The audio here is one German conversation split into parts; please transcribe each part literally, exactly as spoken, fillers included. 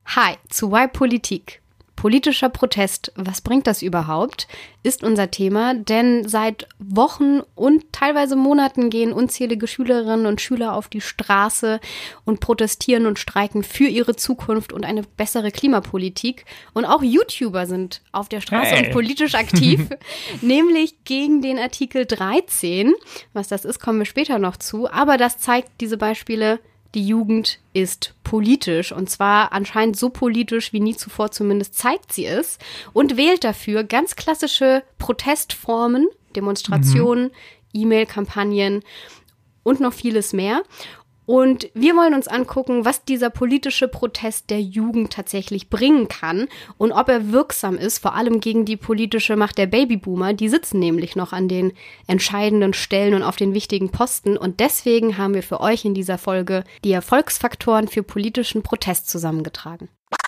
Hi zu Why Politik. Politischer Protest, was bringt das überhaupt, ist unser Thema, denn seit Wochen und teilweise Monaten gehen unzählige Schülerinnen und Schüler auf die Straße und protestieren und streiken für ihre Zukunft und eine bessere Klimapolitik. Und auch YouTuber sind auf der Straße hey. und politisch aktiv, nämlich gegen den Artikel dreizehn. Was das ist, kommen wir später noch zu, aber das zeigt diese Beispiele. Die Jugend ist politisch und zwar anscheinend so politisch wie nie zuvor, zumindest zeigt sie es und wählt dafür ganz klassische Protestformen, Demonstrationen, mhm. E-Mail-Kampagnen und noch vieles mehr. Und wir wollen uns angucken, was dieser politische Protest der Jugend tatsächlich bringen kann und ob er wirksam ist, vor allem gegen die politische Macht der Babyboomer. Die sitzen nämlich noch an den entscheidenden Stellen und auf den wichtigen Posten. Und deswegen haben wir für euch in dieser Folge die Erfolgsfaktoren für politischen Protest zusammengetragen.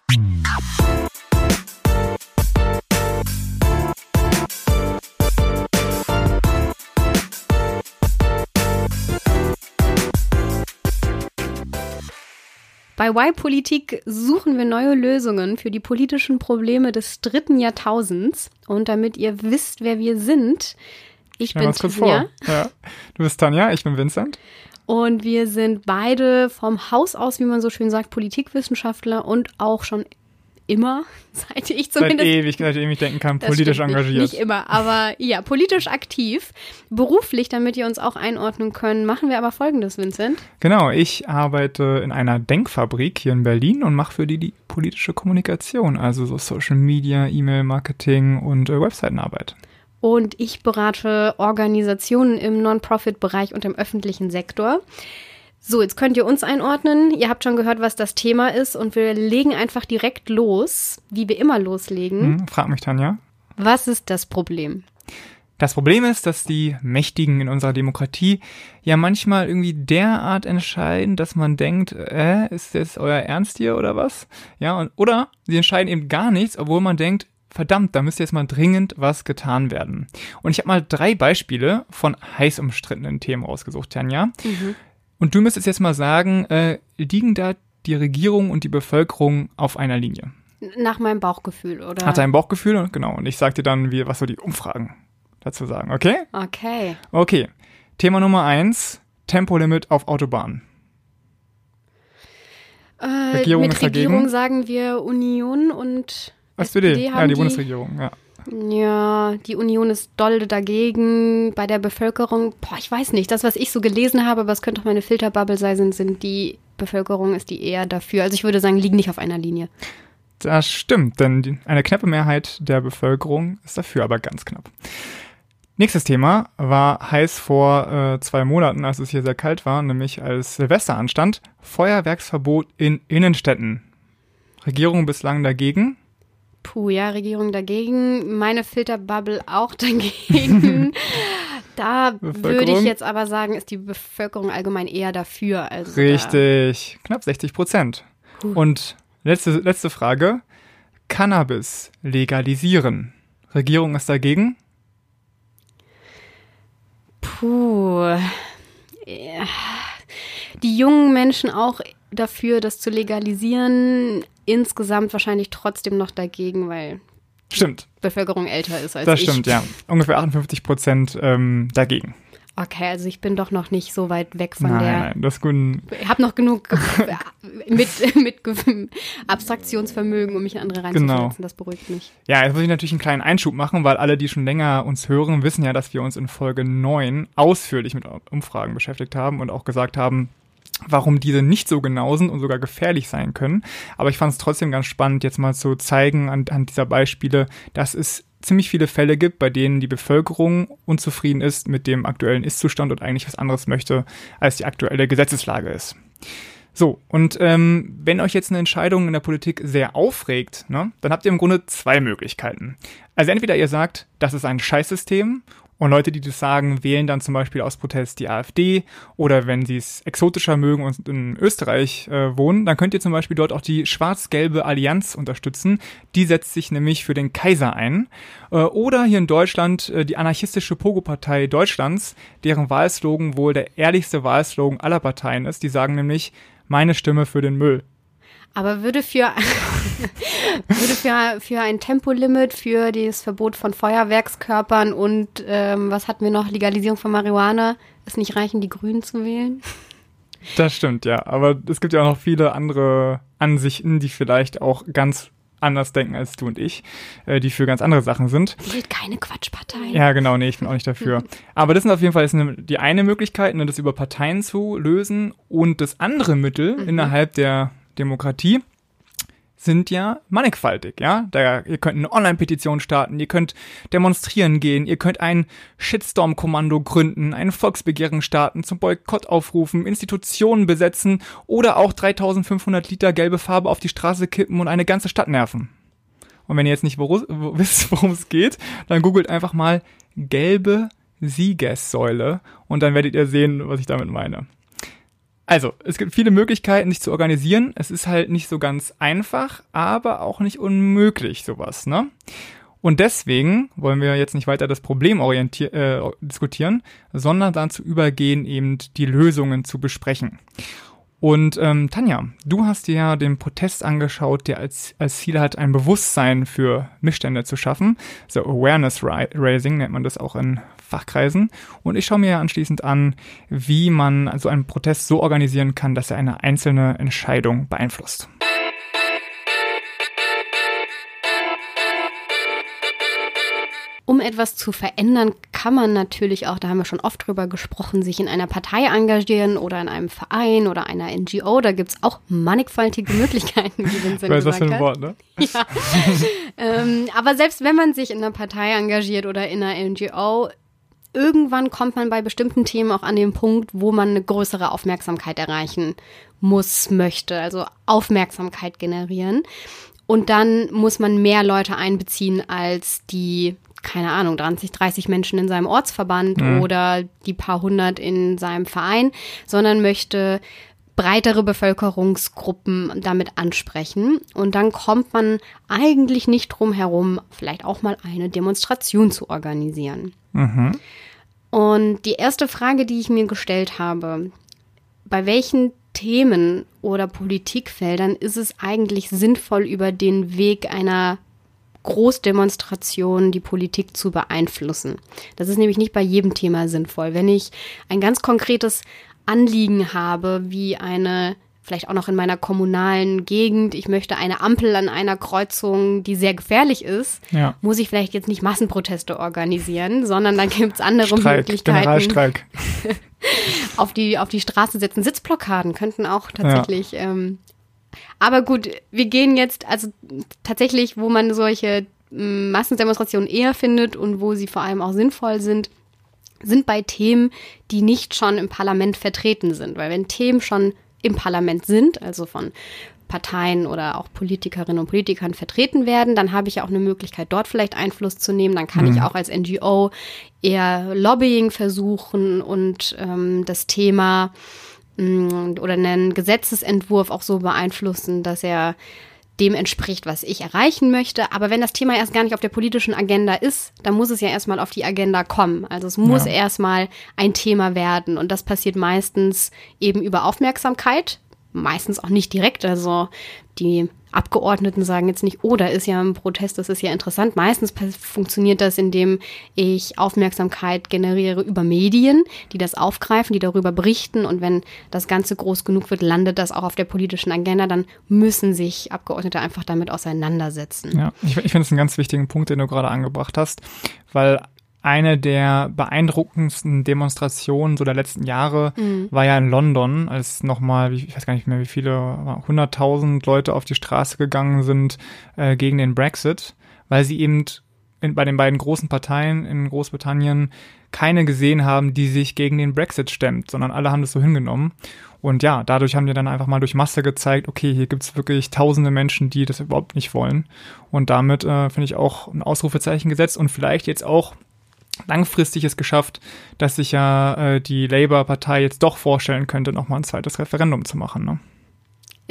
Bei Why Politik suchen wir neue Lösungen für die politischen Probleme des dritten Jahrtausends. Und damit ihr wisst, wer wir sind, ich Stell bin Tanja. Ja. Du bist Tanja, ich bin Vincent. Und wir sind beide vom Haus aus, wie man so schön sagt, Politikwissenschaftler und auch schon immer, seit ich zumindest... Seit ewig, seit ich ewig denken kann, politisch engagiert. Nicht, nicht immer, aber ja, politisch aktiv. Beruflich, damit ihr uns auch einordnen könnt, machen wir aber Folgendes, Vincent. Genau, ich arbeite in einer Denkfabrik hier in Berlin und mache für die die politische Kommunikation, also so Social Media, E-Mail-Marketing und äh, Webseitenarbeit. Und ich berate Organisationen im Non-Profit-Bereich und im öffentlichen Sektor. So, jetzt könnt ihr uns einordnen. Ihr habt schon gehört, was das Thema ist und wir legen einfach direkt los, wie wir immer loslegen. Hm, frag mich, Tanja. Was ist das Problem? Das Problem ist, dass die Mächtigen in unserer Demokratie ja manchmal irgendwie derart entscheiden, dass man denkt, äh, ist das euer Ernst hier oder was? Ja, und, oder sie entscheiden eben gar nichts, obwohl man denkt, verdammt, da müsste jetzt mal dringend was getan werden. Und ich habe mal drei Beispiele von heiß umstrittenen Themen rausgesucht, Tanja. Mhm. Und du müsstest jetzt mal sagen, äh, liegen da die Regierung und die Bevölkerung auf einer Linie? Nach meinem Bauchgefühl, oder? Hat dein Bauchgefühl, genau. Und ich sag dir dann, wie, was so die Umfragen dazu sagen, okay? Okay. Okay. Thema Nummer eins, Tempolimit auf Autobahnen. Äh, Regierung mit ist Regierung dagegen. Sagen wir Union und S P D, S P D ja, die, die Bundesregierung, ja. Ja, die Union ist doll dagegen. Bei der Bevölkerung, boah, ich weiß nicht, das, was ich so gelesen habe, aber es könnte auch meine Filterbubble sein, sind, sind die Bevölkerung, ist die eher dafür. Also ich würde sagen, liegen nicht auf einer Linie. Das stimmt, denn die, eine knappe Mehrheit der Bevölkerung ist dafür, aber ganz knapp. Nächstes Thema war heiß vor äh, zwei Monaten, als es hier sehr kalt war, nämlich als Silvester anstand. Feuerwerksverbot in Innenstädten. Regierung bislang dagegen. Puh, ja, Regierung dagegen, meine Filterbubble auch dagegen. Da würde ich jetzt aber sagen, ist die Bevölkerung allgemein eher dafür. Also richtig, knapp sechzig Prozent. Puh. Und letzte, letzte Frage, Cannabis legalisieren. Regierung ist dagegen? Puh, ja. Die jungen Menschen auch dafür, das zu legalisieren, insgesamt wahrscheinlich trotzdem noch dagegen, weil stimmt. die Bevölkerung älter ist als das ich. Das stimmt, ja. Ungefähr achtundfünfzig Prozent ähm, dagegen. Okay, also ich bin doch noch nicht so weit weg von nein, der... Nein, nein, das ist gut. Ich habe noch genug mit, mit Abstraktionsvermögen, um mich in andere reinzuversetzen. Genau. Das beruhigt mich. Ja, jetzt muss ich natürlich einen kleinen Einschub machen, weil alle, die schon länger uns hören, wissen ja, dass wir uns in Folge neun ausführlich mit Umfragen beschäftigt haben und auch gesagt haben, warum diese nicht so genau sind und sogar gefährlich sein können. Aber ich fand es trotzdem ganz spannend, jetzt mal zu zeigen anhand dieser Beispiele, dass es ziemlich viele Fälle gibt, bei denen die Bevölkerung unzufrieden ist mit dem aktuellen Ist-Zustand und eigentlich was anderes möchte, als die aktuelle Gesetzeslage ist. So, und ähm, wenn euch jetzt eine Entscheidung in der Politik sehr aufregt, ne, dann habt ihr im Grunde zwei Möglichkeiten. Also entweder ihr sagt, das ist ein Scheißsystem, und Leute, die das sagen, wählen dann zum Beispiel aus Protest die AfD, oder wenn sie es exotischer mögen und in Österreich äh, wohnen, dann könnt ihr zum Beispiel dort auch die schwarz-gelbe Allianz unterstützen. Die setzt sich nämlich für den Kaiser ein. Äh, oder hier in Deutschland äh, die anarchistische Pogo-Partei Deutschlands, deren Wahlslogan wohl der ehrlichste Wahlslogan aller Parteien ist. Die sagen nämlich, meine Stimme für den Müll. Aber würde für, würde für, für ein Tempolimit, für das Verbot von Feuerwerkskörpern und ähm, was hatten wir noch, Legalisierung von Marihuana, es nicht reichen, die Grünen zu wählen? Das stimmt, ja. Aber es gibt ja auch noch viele andere Ansichten, die vielleicht auch ganz anders denken als du und ich, äh, die für ganz andere Sachen sind. Wählt keine Quatschparteien. Ja, genau, nee, ich bin auch nicht dafür. Aber das sind auf jeden Fall jetzt eine, die eine Möglichkeit, ne, das über Parteien zu lösen. Und das andere Mittel mhm. innerhalb der Demokratie sind ja mannigfaltig, ja. Da, ihr könnt eine Online-Petition starten, ihr könnt demonstrieren gehen, ihr könnt ein Shitstorm-Kommando gründen, ein Volksbegehren starten, zum Boykott aufrufen, Institutionen besetzen oder auch dreitausendfünfhundert Liter gelbe Farbe auf die Straße kippen und eine ganze Stadt nerven. Und wenn ihr jetzt nicht wo, wo, wisst, worum es geht, dann googelt einfach mal gelbe Siegessäule und dann werdet ihr sehen, was ich damit meine. Also, es gibt viele Möglichkeiten, sich zu organisieren. Es ist halt nicht so ganz einfach, aber auch nicht unmöglich, sowas, ne? Und deswegen wollen wir jetzt nicht weiter das Problem orientier- äh, diskutieren, sondern dazu übergehen, eben die Lösungen zu besprechen. Und ähm, Tanja, du hast dir ja den Protest angeschaut, der als, als Ziel hat, ein Bewusstsein für Missstände zu schaffen. So Awareness Raising nennt man das auch in Fachkreisen. Und ich schaue mir anschließend an, wie man so einen Protest so organisieren kann, dass er eine einzelne Entscheidung beeinflusst. Um etwas zu verändern, kann man natürlich auch, da haben wir schon oft drüber gesprochen, sich in einer Partei engagieren oder in einem Verein oder einer N G O. Da gibt es auch mannigfaltige Möglichkeiten, wie Vincent gesagt hat. Was ist das für ein Wort, ne? Ja. ähm, aber selbst wenn man sich in einer Partei engagiert oder in einer N G O, irgendwann kommt man bei bestimmten Themen auch an den Punkt, wo man eine größere Aufmerksamkeit erreichen muss, möchte. Also Aufmerksamkeit generieren. Und dann muss man mehr Leute einbeziehen als die, keine Ahnung, zwanzig, dreißig Menschen in seinem Ortsverband mhm. oder die paar hundert in seinem Verein, sondern möchte breitere Bevölkerungsgruppen damit ansprechen. Und dann kommt man eigentlich nicht drum herum, vielleicht auch mal eine Demonstration zu organisieren. Mhm. Und die erste Frage, die ich mir gestellt habe, bei welchen Themen oder Politikfeldern ist es eigentlich sinnvoll, über den Weg einer Großdemonstration die Politik zu beeinflussen? Das ist nämlich nicht bei jedem Thema sinnvoll. Wenn ich ein ganz konkretes Anliegen habe, wie eine, vielleicht auch noch in meiner kommunalen Gegend, ich möchte eine Ampel an einer Kreuzung, die sehr gefährlich ist, ja. muss ich vielleicht jetzt nicht Massenproteste organisieren, sondern dann gibt es andere Streik, Möglichkeiten. Generalstreik. auf die, auf die Straße setzen. Sitzblockaden könnten auch tatsächlich. Ja. Ähm, aber gut, wir gehen jetzt, also tatsächlich, wo man solche m, Massendemonstrationen eher findet und wo sie vor allem auch sinnvoll sind, sind bei Themen, die nicht schon im Parlament vertreten sind. Weil wenn Themen schon im Parlament sind, also von Parteien oder auch Politikerinnen und Politikern vertreten werden, dann habe ich ja auch eine Möglichkeit, dort vielleicht Einfluss zu nehmen. Dann kann mhm. ich auch als N G O eher Lobbying versuchen und ähm, das Thema mh, oder einen Gesetzesentwurf auch so beeinflussen, dass er dem entspricht, was ich erreichen möchte. Aber wenn das Thema erst gar nicht auf der politischen Agenda ist, dann muss es ja erstmal auf die Agenda kommen. Also es muss ja. erstmal ein Thema werden. Und das passiert meistens eben über Aufmerksamkeit. Meistens auch nicht direkt. Also die Abgeordneten sagen jetzt nicht, oh, da ist ja ein Protest, das ist ja interessant. Meistens funktioniert das, indem ich Aufmerksamkeit generiere über Medien, die das aufgreifen, die darüber berichten. Und wenn das Ganze groß genug wird, landet das auch auf der politischen Agenda. Dann müssen sich Abgeordnete einfach damit auseinandersetzen. Ja, ich, ich finde es einen ganz wichtigen Punkt, den du gerade angebracht hast, weil eine der beeindruckendsten Demonstrationen so der letzten Jahre mhm. war ja in London, als nochmal, ich weiß gar nicht mehr wie viele, hunderttausend Leute auf die Straße gegangen sind äh, gegen den Brexit, weil sie eben in, bei den beiden großen Parteien in Großbritannien keine gesehen haben, die sich gegen den Brexit stemmt, sondern alle haben das so hingenommen. Und ja, dadurch haben die dann einfach mal durch Masse gezeigt, okay, hier gibt's wirklich tausende Menschen, die das überhaupt nicht wollen. Und damit äh, finde ich auch ein Ausrufezeichen gesetzt und vielleicht jetzt auch langfristig es geschafft, dass sich ja äh, die Labour-Partei jetzt doch vorstellen könnte, nochmal ein zweites Referendum zu machen. Ne?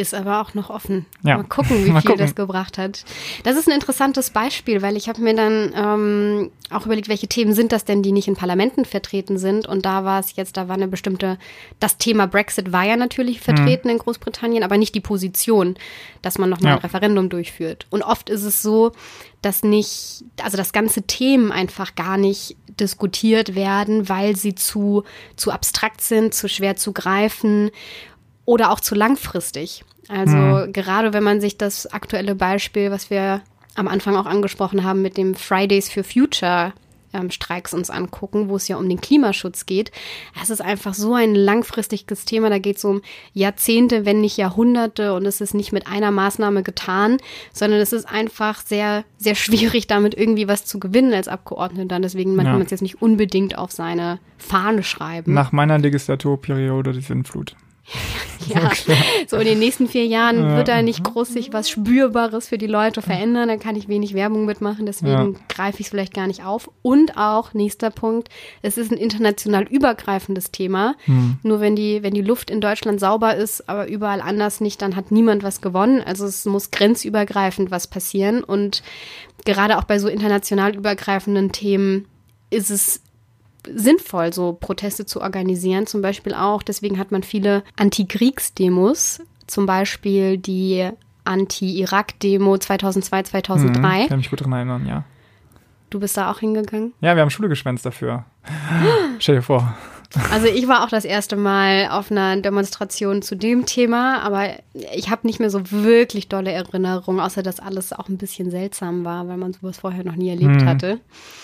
Ist aber auch noch offen. Ja. Mal gucken, wie Mal viel gucken. das gebracht hat. Das ist ein interessantes Beispiel, weil ich habe mir dann ähm, auch überlegt, welche Themen sind das denn, die nicht in Parlamenten vertreten sind. Und da war es jetzt, da war eine bestimmte, das Thema Brexit war ja natürlich vertreten mhm. in Großbritannien, aber nicht die Position, dass man nochmal Ja. ein Referendum durchführt. Und oft ist es so, dass nicht, also dass ganze Themen einfach gar nicht diskutiert werden, weil sie zu, zu abstrakt sind, zu schwer zu greifen oder auch zu langfristig. Also mhm. gerade wenn man sich das aktuelle Beispiel, was wir am Anfang auch angesprochen haben, mit dem Fridays for Future ähm, Streiks uns angucken, wo es ja um den Klimaschutz geht. Das ist einfach so ein langfristiges Thema. Da geht es um Jahrzehnte, wenn nicht Jahrhunderte, und es ist nicht mit einer Maßnahme getan, sondern es ist einfach sehr, sehr schwierig, damit irgendwie was zu gewinnen als Abgeordneter. Deswegen man Ja. kann man es jetzt nicht unbedingt auf seine Fahne schreiben. Nach meiner Legislaturperiode die Sintflut. Ja, so in den nächsten vier Jahren Ja. wird da nicht groß sich was Spürbares für die Leute verändern. Da kann ich wenig Werbung mitmachen, deswegen Ja. greife ich es vielleicht gar nicht auf. Und auch, nächster Punkt, es ist ein international übergreifendes Thema. Hm. Nur wenn die, wenn die Luft in Deutschland sauber ist, aber überall anders nicht, dann hat niemand was gewonnen. Also es muss grenzübergreifend was passieren. Und gerade auch bei so international übergreifenden Themen ist es sinnvoll, so Proteste zu organisieren, zum Beispiel auch. Deswegen hat man viele Antikriegsdemos, zum Beispiel die Anti-Irak-Demo zweitausendzwei, zweitausenddrei. Hm, kann mich gut daran erinnern, ja. Du bist da auch hingegangen? Ja, wir haben Schule geschwänzt dafür. Stell dir vor. Also ich war auch das erste Mal auf einer Demonstration zu dem Thema, aber ich habe nicht mehr so wirklich dolle Erinnerungen, außer dass alles auch ein bisschen seltsam war, weil man sowas vorher noch nie erlebt Hm. hatte.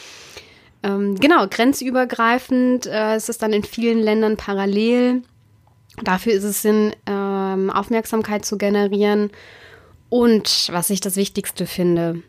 Ähm, genau, grenzübergreifend äh, ist es dann in vielen Ländern parallel. Dafür ist es Sinn, ähm, Aufmerksamkeit zu generieren. Und was ich das Wichtigste finde,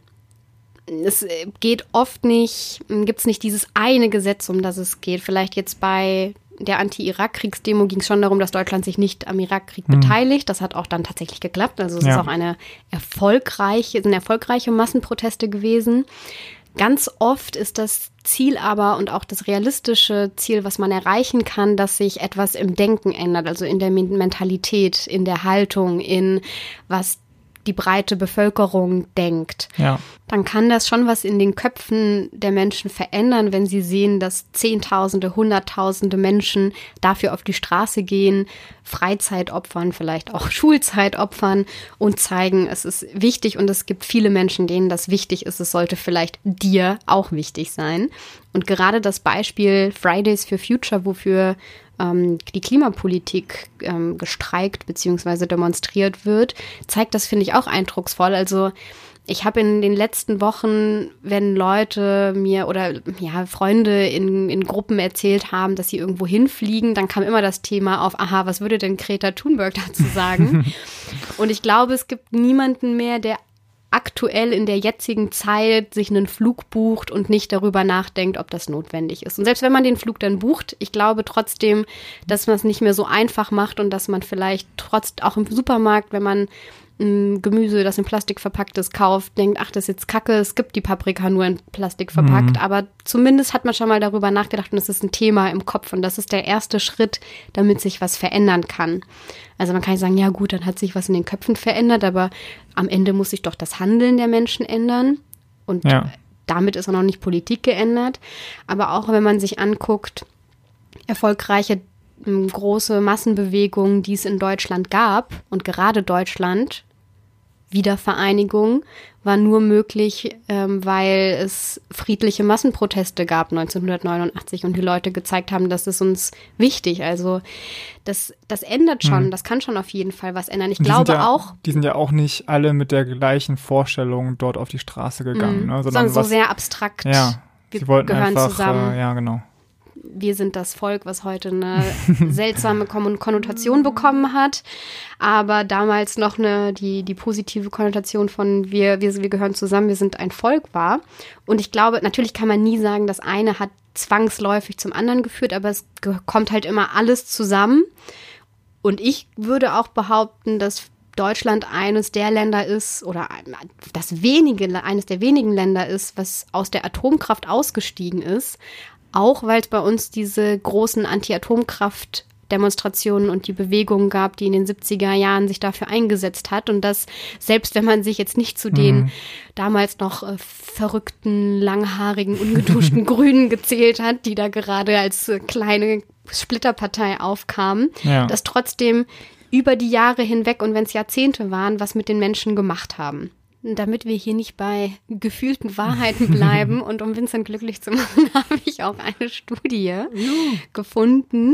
es geht oft nicht, gibt es nicht dieses eine Gesetz, um das es geht. Vielleicht jetzt bei der Anti-Irak-Kriegsdemo ging es schon darum, dass Deutschland sich nicht am Irakkrieg Hm. beteiligt. Das hat auch dann tatsächlich geklappt. Also es Ja. ist auch eine erfolgreiche, sind erfolgreiche Massenproteste gewesen. Ganz oft ist das Ziel aber und auch das realistische Ziel, was man erreichen kann, dass sich etwas im Denken ändert, also in der Mentalität, in der Haltung, in was die breite Bevölkerung denkt. Ja. Dann kann das schon was in den Köpfen der Menschen verändern, wenn sie sehen, dass Zehntausende, Hunderttausende Menschen dafür auf die Straße gehen, Freizeit opfern, vielleicht auch Schulzeit opfern und zeigen, es ist wichtig und es gibt viele Menschen, denen das wichtig ist. Es sollte vielleicht dir auch wichtig sein. Und gerade das Beispiel Fridays for Future, wofür ähm, die Klimapolitik ähm, gestreikt bzw. demonstriert wird, zeigt das, finde ich, auch eindrucksvoll. Also ich habe in den letzten Wochen, wenn Leute mir oder ja Freunde in, in Gruppen erzählt haben, dass sie irgendwo hinfliegen, dann kam immer das Thema auf, aha, was würde denn Greta Thunberg dazu sagen? Und ich glaube, es gibt niemanden mehr, der aktuell in der jetzigen Zeit sich einen Flug bucht und nicht darüber nachdenkt, ob das notwendig ist. Und selbst wenn man den Flug dann bucht, ich glaube trotzdem, dass man es nicht mehr so einfach macht und dass man vielleicht trotz auch im Supermarkt, wenn man m, Gemüse, das in Plastik verpackt ist, kauft, denkt, ach, das ist jetzt Kacke, es gibt die Paprika nur in Plastik verpackt. Mhm. Aber zumindest hat man schon mal darüber nachgedacht und es ist ein Thema im Kopf und das ist der erste Schritt, damit sich was verändern kann. Also man kann nicht sagen, ja gut, dann hat sich was in den Köpfen verändert, aber am Ende muss sich doch das Handeln der Menschen ändern und Ja. damit ist auch noch nicht Politik geändert. Aber auch wenn man sich anguckt, erfolgreiche m, große Massenbewegungen, die es in Deutschland gab und gerade Deutschland, Wiedervereinigung, war nur möglich, ähm, weil es friedliche Massenproteste gab neunzehnhundertneunundachtzig und die Leute gezeigt haben, das ist uns wichtig. Also das, das ändert schon, Hm. das kann schon auf jeden Fall was ändern. Ich Und die glaube sind ja, auch, Die sind ja auch nicht alle mit der gleichen Vorstellung dort auf die Straße gegangen. mh, Ne? sondern Sondern so was, sehr abstrakt. ja, Wir sie wollten gehören einfach, zusammen. Äh, ja, genau. Wir sind das Volk, was heute eine seltsame Kon- Konnotation bekommen hat, aber damals noch eine, die, die positive Konnotation von wir, wir, wir gehören zusammen, wir sind ein Volk war. Und ich glaube, natürlich kann man nie sagen, das eine hat zwangsläufig zum anderen geführt, aber es ge- kommt halt immer alles zusammen. Und ich würde auch behaupten, dass Deutschland eines der Länder ist oder das wenige, eines der wenigen Länder ist, was aus der Atomkraft ausgestiegen ist. Auch weil es bei uns diese großen Anti-Atomkraft Demonstrationen und die Bewegungen gab, die in den siebziger Jahren sich dafür eingesetzt hat und dass selbst wenn man sich jetzt nicht zu den mhm. damals noch äh, verrückten, langhaarigen, ungeduschten Grünen gezählt hat, die da gerade als äh, kleine Splitterpartei aufkamen, ja. dass trotzdem über die Jahre hinweg und wenn es Jahrzehnte waren, was mit den Menschen gemacht haben. Damit wir hier nicht bei gefühlten Wahrheiten bleiben und um Vincent glücklich zu machen, habe ich auch eine Studie ja. gefunden,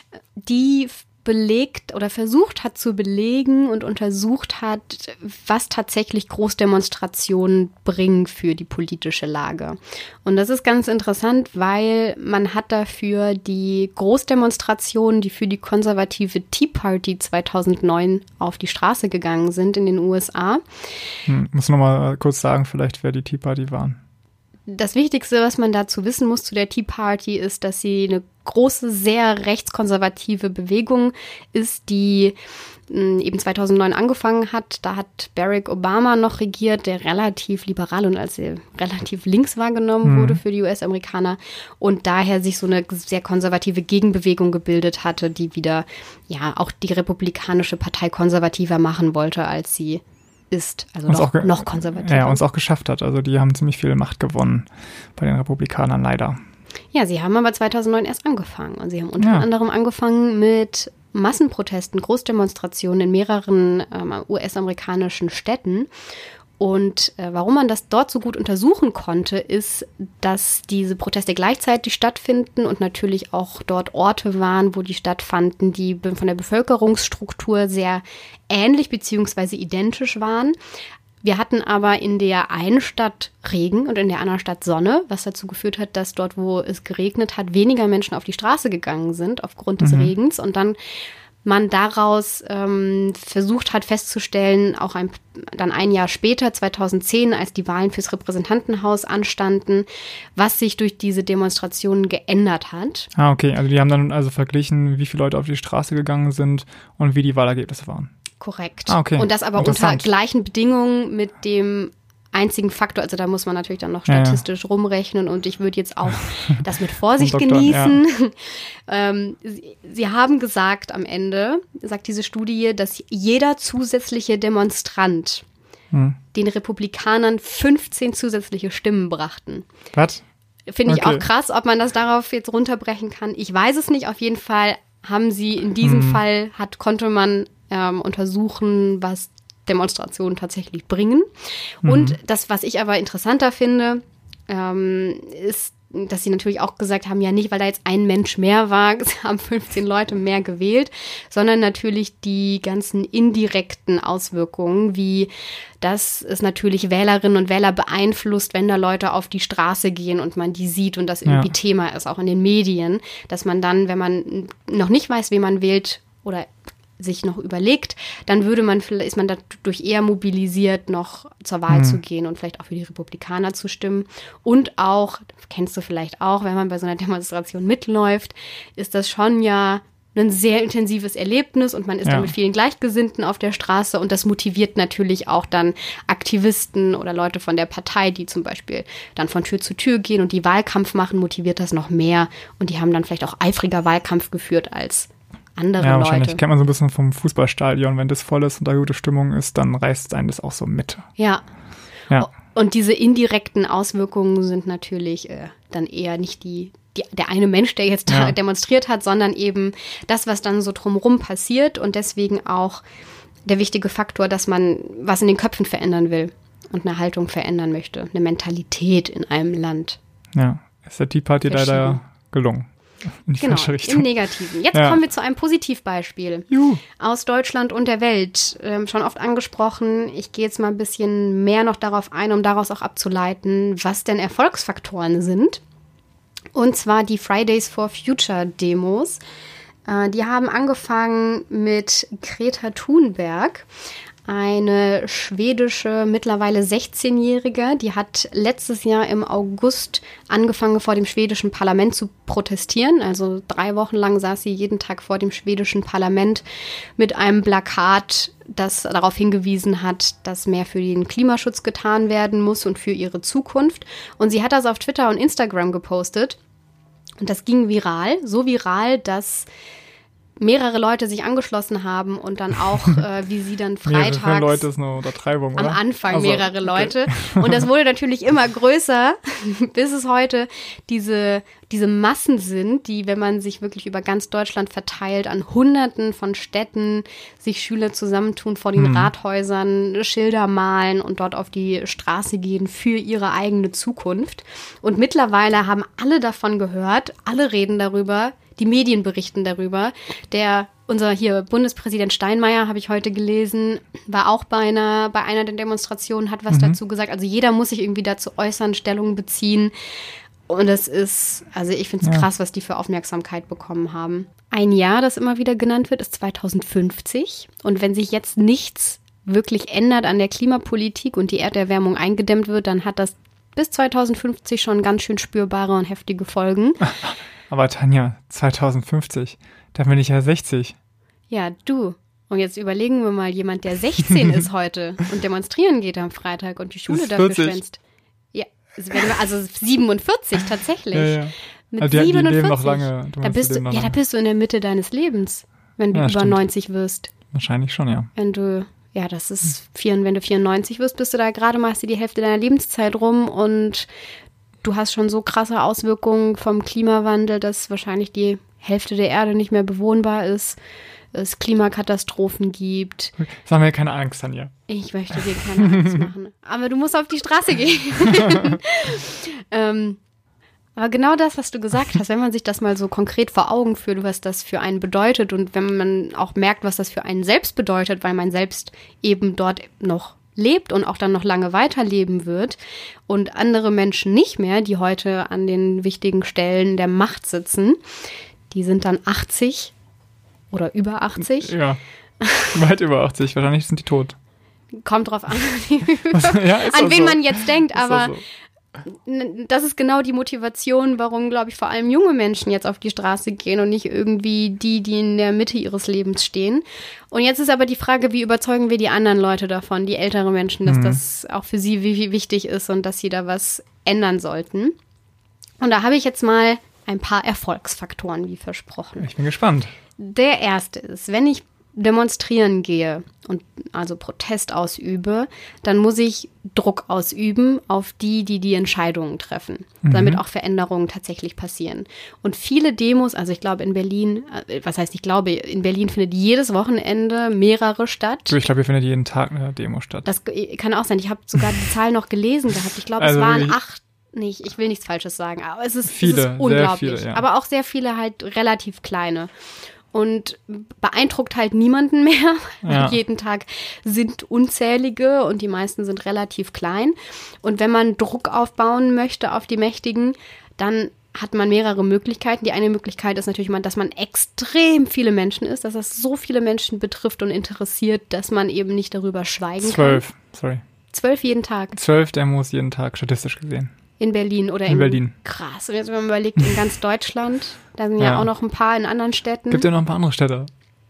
die belegt oder versucht hat zu belegen und untersucht hat, was tatsächlich Großdemonstrationen bringen für die politische Lage. Und das ist ganz interessant, weil man hat dafür die Großdemonstrationen, die für die konservative Tea Party zweitausendneun auf die Straße gegangen sind in den U S A. Hm, muss noch mal kurz sagen, vielleicht wer die Tea Party waren. Das Wichtigste, was man dazu wissen muss zu der Tea Party, ist, dass sie eine große, sehr rechtskonservative Bewegung ist, die mh, eben zweitausendneun angefangen hat. Da hat Barack Obama noch regiert, der relativ liberal und als er relativ links wahrgenommen mhm. wurde für die U S-Amerikaner und daher sich so eine sehr konservative Gegenbewegung gebildet hatte, die wieder ja auch die republikanische Partei konservativer machen wollte, als sie ist, also uns noch, ge- noch konservativer. Ja, uns auch geschafft hat. Also die haben ziemlich viel Macht gewonnen bei den Republikanern leider. Ja, sie haben aber zweitausendneun erst angefangen. Und sie haben unter ja. anderem angefangen mit Massenprotesten, Großdemonstrationen in mehreren ähm, U S-amerikanischen Städten. Und äh, warum man das dort so gut untersuchen konnte, ist, dass diese Proteste gleichzeitig stattfinden und natürlich auch dort Orte waren, wo die stattfanden, die von der Bevölkerungsstruktur sehr ähnlich bzw. identisch waren. Wir hatten aber in der einen Stadt Regen und in der anderen Stadt Sonne, was dazu geführt hat, dass dort, wo es geregnet hat, weniger Menschen auf die Straße gegangen sind aufgrund des mhm. Regens und dann man daraus ähm, versucht hat festzustellen, auch ein, dann ein Jahr später, zweitausendzehn, als die Wahlen fürs Repräsentantenhaus anstanden, was sich durch diese Demonstrationen geändert hat. Ah, okay. Also die haben dann also verglichen, wie viele Leute auf die Straße gegangen sind und wie die Wahlergebnisse waren. Korrekt. Ah, okay. Und das aber unter gleichen Bedingungen mit dem einzigen Faktor, also da muss man natürlich dann noch statistisch ja, ja. rumrechnen und ich würde jetzt auch das mit Vorsicht Doktor, genießen. Ja. ähm, sie, sie haben gesagt am Ende, sagt diese Studie, dass jeder zusätzliche Demonstrant hm. den Republikanern fünfzehn zusätzliche Stimmen brachten. Was? Finde ich okay. auch krass, ob man das darauf jetzt runterbrechen kann. Ich weiß es nicht, auf jeden Fall haben sie in diesem hm. Fall, hat konnte man ähm, untersuchen, was Demonstrationen tatsächlich bringen. Mhm. Und das, was ich aber interessanter finde, ähm, ist, dass sie natürlich auch gesagt haben, ja nicht, weil da jetzt ein Mensch mehr war, haben fünfzehn Leute mehr gewählt, sondern natürlich die ganzen indirekten Auswirkungen, wie dass es natürlich Wählerinnen und Wähler beeinflusst, wenn da Leute auf die Straße gehen und man die sieht und das irgendwie ja. Thema ist, auch in den Medien, dass man dann, wenn man noch nicht weiß, wen man wählt oder sich noch überlegt, dann würde man, ist man dadurch eher mobilisiert, noch zur Wahl mhm. zu gehen und vielleicht auch für die Republikaner zu stimmen. Und auch, kennst du vielleicht auch, wenn man bei so einer Demonstration mitläuft, ist das schon ja ein sehr intensives Erlebnis und man ist ja. dann mit vielen Gleichgesinnten auf der Straße und das motiviert natürlich auch dann Aktivisten oder Leute von der Partei, die zum Beispiel dann von Tür zu Tür gehen und die Wahlkampf machen, motiviert das noch mehr und die haben dann vielleicht auch eifriger Wahlkampf geführt als andere ja, Leute. Wahrscheinlich kennt man so ein bisschen vom Fußballstadion. Wenn das voll ist und da gute Stimmung ist, dann reißt einen das auch so mit. Ja. ja. Und diese indirekten Auswirkungen sind natürlich äh, dann eher nicht die, die, der eine Mensch, der jetzt ja. demonstriert hat, sondern eben das, was dann so drumherum passiert und deswegen auch der wichtige Faktor, dass man was in den Köpfen verändern will und eine Haltung verändern möchte, eine Mentalität in einem Land. Ja, ist der Tea Party leider gelungen. In die genau, falsche Richtung. Im Negativen. Jetzt ja. kommen wir zu einem Positivbeispiel Juhu. aus Deutschland und der Welt. Ähm, schon oft angesprochen. Ich gehe jetzt mal ein bisschen mehr noch darauf ein, um daraus auch abzuleiten, was denn Erfolgsfaktoren sind. Und zwar die Fridays for Future Demos. Äh, die haben angefangen mit Greta Thunberg. Eine schwedische, mittlerweile sechzehnjährige, die hat letztes Jahr im August angefangen, vor dem schwedischen Parlament zu protestieren. Also drei Wochen lang saß sie jeden Tag vor dem schwedischen Parlament mit einem Plakat, das darauf hingewiesen hat, dass mehr für den Klimaschutz getan werden muss und für ihre Zukunft. Und sie hat das auf Twitter und Instagram gepostet. Und das ging viral, so viral, dass mehrere Leute sich angeschlossen haben und dann auch, äh, wie sie dann freitags mehrere Leute ist eine Untertreibung, oder? Am Anfang also, mehrere Leute. Okay. Und das wurde natürlich immer größer, bis es heute diese, diese Massen sind, die, wenn man sich wirklich über ganz Deutschland verteilt, an Hunderten von Städten sich Schüler zusammentun vor den hm. Rathäusern, Schilder malen und dort auf die Straße gehen für ihre eigene Zukunft. Und mittlerweile haben alle davon gehört, alle reden darüber, die Medien berichten darüber. Der, unser hier Bundespräsident Steinmeier, habe ich heute gelesen, war auch bei einer, bei einer der Demonstrationen, hat was mhm. dazu gesagt. Also jeder muss sich irgendwie dazu äußern, Stellung beziehen. Und es ist, also ich finde es ja. krass, was die für Aufmerksamkeit bekommen haben. Ein Jahr, das immer wieder genannt wird, ist zweitausendfünfzig. Und wenn sich jetzt nichts wirklich ändert an der Klimapolitik und die Erderwärmung eingedämmt wird, dann hat das bis zweitausendfünfzig schon ganz schön spürbare und heftige Folgen. Aber Tanja, zweitausendfünfzig, da bin ich ja sechzig. Ja, du. Und jetzt überlegen wir mal, jemand, der sechzehn ist heute und demonstrieren geht am Freitag und die Schule dafür schwänzt. Ja, also siebenundvierzig tatsächlich. Ja, ja. Mit also die, siebenundvierzig. Die leben noch lange. Du da bist du, noch ja, lange. da bist du in der Mitte deines Lebens, wenn du ja, über stimmt. neunzig wirst. Wahrscheinlich schon, ja. Wenn du, ja, das ist, vier, wenn du vierundneunzig wirst, bist du da gerade, machst du die Hälfte deiner Lebenszeit rum und du hast schon so krasse Auswirkungen vom Klimawandel, dass wahrscheinlich die Hälfte der Erde nicht mehr bewohnbar ist, es Klimakatastrophen gibt. Sag mir keine Angst, Tanja. Ich möchte dir keine Angst machen. Aber du musst auf die Straße gehen. ähm, aber genau das, was du gesagt hast, wenn man sich das mal so konkret vor Augen führt, was das für einen bedeutet und wenn man auch merkt, was das für einen selbst bedeutet, weil man selbst eben dort noch lebt und auch dann noch lange weiterleben wird und andere Menschen nicht mehr, die heute an den wichtigen Stellen der Macht sitzen, die sind dann achtzig oder über achtzig. Ja, weit über achtzig, wahrscheinlich sind die tot. Kommt drauf an, ja, an wen so. man jetzt denkt, ist aber so. Das ist genau die Motivation, warum, glaube ich, vor allem junge Menschen jetzt auf die Straße gehen und nicht irgendwie die, die in der Mitte ihres Lebens stehen. Und jetzt ist aber die Frage, wie überzeugen wir die anderen Leute davon, die älteren Menschen, dass mhm. das auch für sie wie, wie wichtig ist und dass sie da was ändern sollten. Und da habe ich jetzt mal ein paar Erfolgsfaktoren, wie versprochen. Ich bin gespannt. Der erste ist, wenn ich demonstrieren gehe und also Protest ausübe, dann muss ich Druck ausüben auf die, die die Entscheidungen treffen, mhm. damit auch Veränderungen tatsächlich passieren. Und viele Demos, also ich glaube in Berlin, was heißt ich glaube, in Berlin findet jedes Wochenende mehrere statt. Du, ich glaube, hier findet jeden Tag eine Demo statt. Das kann auch sein. Ich habe sogar die Zahl noch gelesen gehabt. Ich glaube, also es waren acht. Nicht, ich will nichts Falsches sagen, aber es ist, viele, es ist unglaublich. Viele, ja. Aber auch sehr viele halt relativ kleine. Und beeindruckt halt niemanden mehr. Ja. Jeden Tag sind unzählige und die meisten sind relativ klein. Und wenn man Druck aufbauen möchte auf die Mächtigen, dann hat man mehrere Möglichkeiten. Die eine Möglichkeit ist natürlich, dass man extrem viele Menschen ist, dass das so viele Menschen betrifft und interessiert, dass man eben nicht darüber schweigen Zwölf, kann. sorry. Zwölf jeden Tag. Zwölf Demos jeden Tag, statistisch gesehen. In Berlin oder in, in Berlin. Krass. Und jetzt, wenn man überlegt, in ganz Deutschland, da sind ja, ja auch noch ein paar in anderen Städten. Gibt ja noch ein paar andere Städte.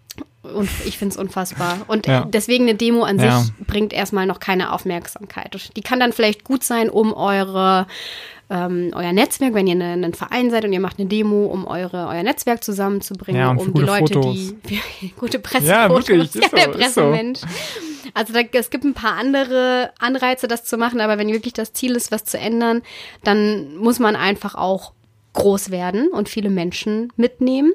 Und ich finde es unfassbar. Und ja. deswegen eine Demo an ja. sich bringt erstmal noch keine Aufmerksamkeit. Die kann dann vielleicht gut sein, um eure ähm, euer Netzwerk, wenn ihr eine, ein Verein seid und ihr macht eine Demo, um eure euer Netzwerk zusammenzubringen, ja, und um die Leute, Fotos. die gute Pressefotos. Ja, wirklich. Ja, ist der so, Pressemensch. So. Also da, es gibt ein paar andere Anreize, das zu machen, aber wenn wirklich das Ziel ist, was zu ändern, dann muss man einfach auch groß werden und viele Menschen mitnehmen.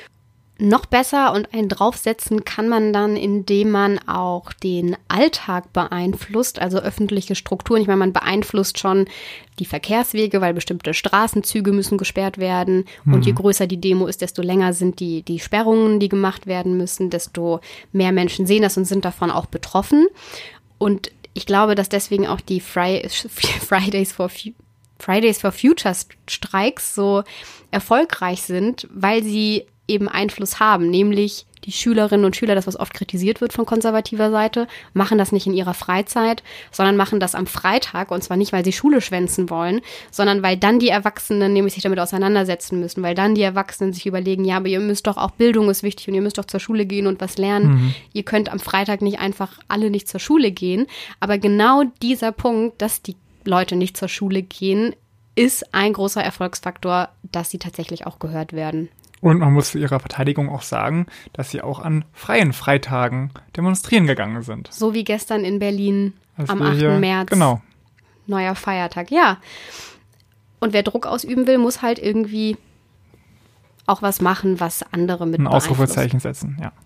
Noch besser und einen draufsetzen kann man dann, indem man auch den Alltag beeinflusst, also öffentliche Strukturen. Ich meine, man beeinflusst schon die Verkehrswege, weil bestimmte Straßenzüge müssen gesperrt werden. Mhm. Und je größer die Demo ist, desto länger sind die, die Sperrungen, die gemacht werden müssen, desto mehr Menschen sehen das und sind davon auch betroffen. Und ich glaube, dass deswegen auch die Fri- Fridays for Future Fridays for Future Streiks so erfolgreich sind, weil sie eben Einfluss haben, nämlich die Schülerinnen und Schüler, das was oft kritisiert wird von konservativer Seite, machen das nicht in ihrer Freizeit, sondern machen das am Freitag und zwar nicht, weil sie Schule schwänzen wollen, sondern weil dann die Erwachsenen nämlich sich damit auseinandersetzen müssen, weil dann die Erwachsenen sich überlegen, ja, aber ihr müsst doch auch, Bildung ist wichtig und ihr müsst doch zur Schule gehen und was lernen. Mhm. Ihr könnt am Freitag nicht einfach alle nicht zur Schule gehen, aber genau dieser Punkt, dass die Leute nicht zur Schule gehen, ist ein großer Erfolgsfaktor, dass sie tatsächlich auch gehört werden. Und man muss zu ihrer Verteidigung auch sagen, dass sie auch an freien Freitagen demonstrieren gegangen sind. So wie gestern in Berlin Als am wir achten hier- März. Genau. Neuer Feiertag, ja. Und wer Druck ausüben will, muss halt irgendwie auch was machen, was andere mit Ein beeinflusst. Ausrufezeichen setzen, ja.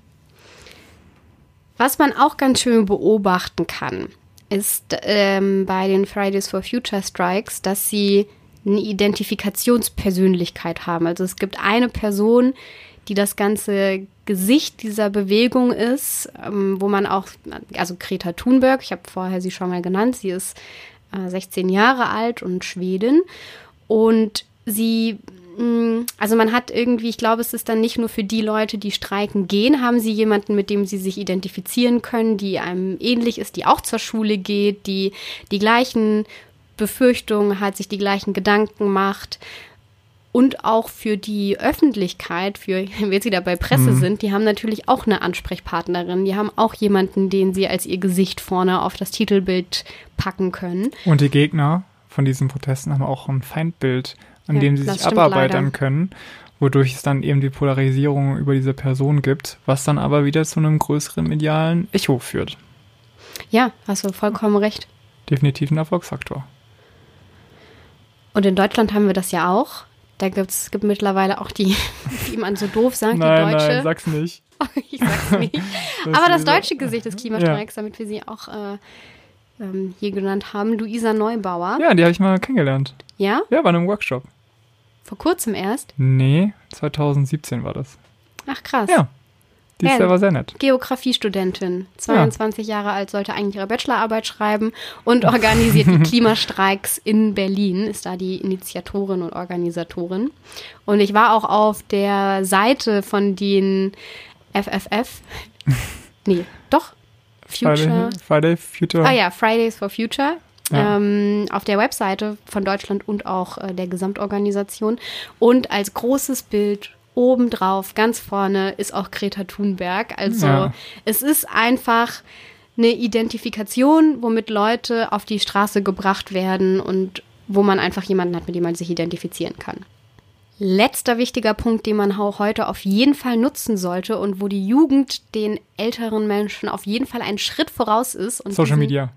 Was man auch ganz schön beobachten kann, ist ähm, bei den Fridays for Future Strikes, dass sie eine Identifikationspersönlichkeit haben. Also es gibt eine Person, die das ganze Gesicht dieser Bewegung ist, ähm, wo man auch, also Greta Thunberg, ich habe vorher sie schon mal genannt, sie ist äh, sechzehn Jahre alt und Schwedin und sie, mh, also man hat irgendwie, ich glaube, es ist dann nicht nur für die Leute, die streiken gehen, haben sie jemanden, mit dem sie sich identifizieren können, die einem ähnlich ist, die auch zur Schule geht, die die gleichen Befürchtungen hat, sich die gleichen Gedanken macht. Und auch für die Öffentlichkeit, für, wenn wir jetzt wieder bei Presse Mhm. sind, die haben natürlich auch eine Ansprechpartnerin. Die haben auch jemanden, den sie als ihr Gesicht vorne auf das Titelbild packen können. Und die Gegner von diesen Protesten haben auch ein Feindbild, an Ja, dem sie das sich stimmt abarbeiten leider. können, wodurch es dann eben die Polarisierung über diese Person gibt, was dann aber wieder zu einem größeren medialen Echo führt. Ja, hast du vollkommen recht. Definitiv ein Erfolgsfaktor. Und in Deutschland haben wir das ja auch. Da gibt's, gibt mittlerweile auch die, wie man so doof sagt, nein, die deutsche. nein, sag's nicht. Ich sag's nicht. Das Aber das ist so- deutsche Gesicht des Klimastreiks, damit wir sie auch äh, ähm, hier genannt haben, Luisa Neubauer. Ja, die habe ich mal kennengelernt. Ja? Ja, bei einem Workshop. Vor kurzem erst. Nee, zwanzig siebzehn war das. Ach krass. Ja, die ist Ja. selber sehr nett. Geografiestudentin, zweiundzwanzig Jahre alt, sollte eigentlich ihre Bachelorarbeit schreiben und organisiert die Klimastreiks in Berlin, ist da die Initiatorin und Organisatorin. Und ich war auch auf der Seite von den F F F, nee, doch, Future, Friday, Friday Future. ah ja, Fridays for Future, Ja. ähm, auf der Webseite von Deutschland und auch äh, der Gesamtorganisation. Und als großes Bild obendrauf, ganz vorne, ist auch Greta Thunberg. Also Ja. es ist einfach eine Identifikation, womit Leute auf die Straße gebracht werden und wo man einfach jemanden hat, mit dem man sich identifizieren kann. Letzter wichtiger Punkt, den man auch heute auf jeden Fall nutzen sollte und wo die Jugend den älteren Menschen auf jeden Fall einen Schritt voraus ist. Und Social diesen- Media.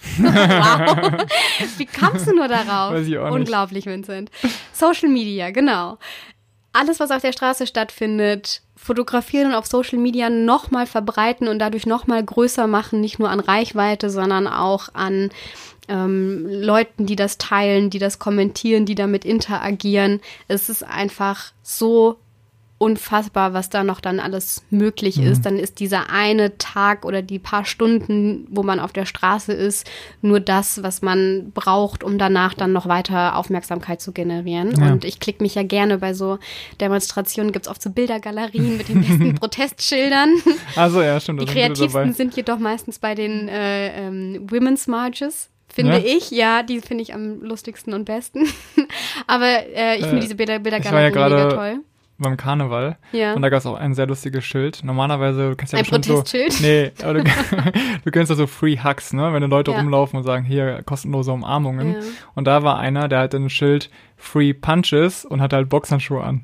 Wow. Wie kamst du nur darauf? Weiß ich auch nicht. Unglaublich, Vincent. Social Media, genau. Alles, was auf der Straße stattfindet, fotografieren und auf Social Media nochmal verbreiten und dadurch nochmal größer machen, nicht nur an Reichweite, sondern auch an ähm, Leuten, die das teilen, die das kommentieren, die damit interagieren. Es ist einfach so unfassbar, was da noch dann alles möglich ist. Dann ist dieser eine Tag oder die paar Stunden, wo man auf der Straße ist, nur das, was man braucht, um danach dann noch weiter Aufmerksamkeit zu generieren. Ja. Und ich klicke mich ja gerne bei so Demonstrationen, gibt's oft so Bildergalerien mit den besten Protestschildern. Also ja, stimmt. Die da sind viele kreativsten dabei. sind jedoch meistens bei den äh, ähm, Women's Marches. Finde Ja? ich, ja, die finde ich am lustigsten und besten. Aber äh, ich finde Äh, diese Bilder, ich war ja Bildergalerien mega gerade toll. beim Karneval. Ja. Und da gab es auch ein sehr lustiges Schild. Normalerweise, du kennst ja Ein bestimmt so. Protestschild? Nee, aber du, du kennst ja so Free Hugs, ne? Wenn Leute Ja. rumlaufen und sagen, hier, kostenlose Umarmungen. Ja. Und da war einer, der hatte ein Schild Free Punches und hatte halt Boxhandschuhe an.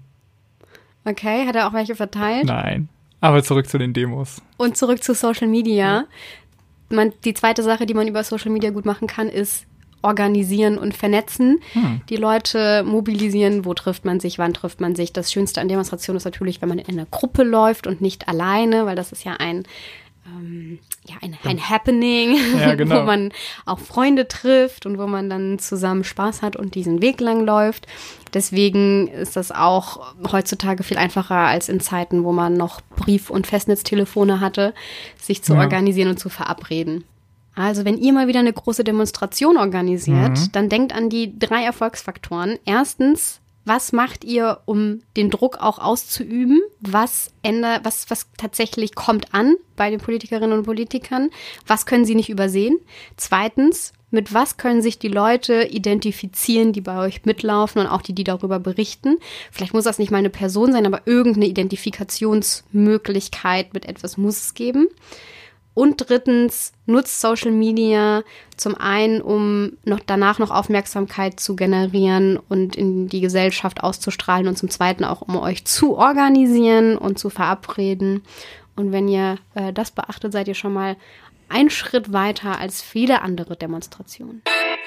Okay, hat er auch welche verteilt? Nein. Aber zurück zu den Demos. Und zurück zu Social Media. Man, die zweite Sache, die man über Social Media gut machen kann, ist organisieren und vernetzen. Hm. Die Leute mobilisieren, wo trifft man sich, wann trifft man sich. Das Schönste an Demonstrationen ist natürlich, wenn man in einer Gruppe läuft und nicht alleine, weil das ist ja ein ähm, ja, ein, ein Happening, Ja, genau. wo man auch Freunde trifft und wo man dann zusammen Spaß hat und diesen Weg lang läuft. Deswegen ist das auch heutzutage viel einfacher als in Zeiten, wo man noch Brief- und Festnetztelefone hatte, sich zu Ja. organisieren und zu verabreden. Also wenn ihr mal wieder eine große Demonstration organisiert, Mhm. dann denkt an die drei Erfolgsfaktoren. Erstens, was macht ihr, um den Druck auch auszuüben? Was ändert, was, was tatsächlich kommt an bei den Politikerinnen und Politikern? Was können sie nicht übersehen? Zweitens, mit was können sich die Leute identifizieren, die bei euch mitlaufen und auch die, die darüber berichten? Vielleicht muss das nicht mal eine Person sein, aber irgendeine Identifikationsmöglichkeit mit etwas muss es geben. Und drittens, nutzt Social Media zum einen, um noch danach noch Aufmerksamkeit zu generieren und in die Gesellschaft auszustrahlen und zum zweiten auch, um euch zu organisieren und zu verabreden. Und wenn ihr äh, das beachtet, seid ihr schon mal einen Schritt weiter als viele andere Demonstrationen.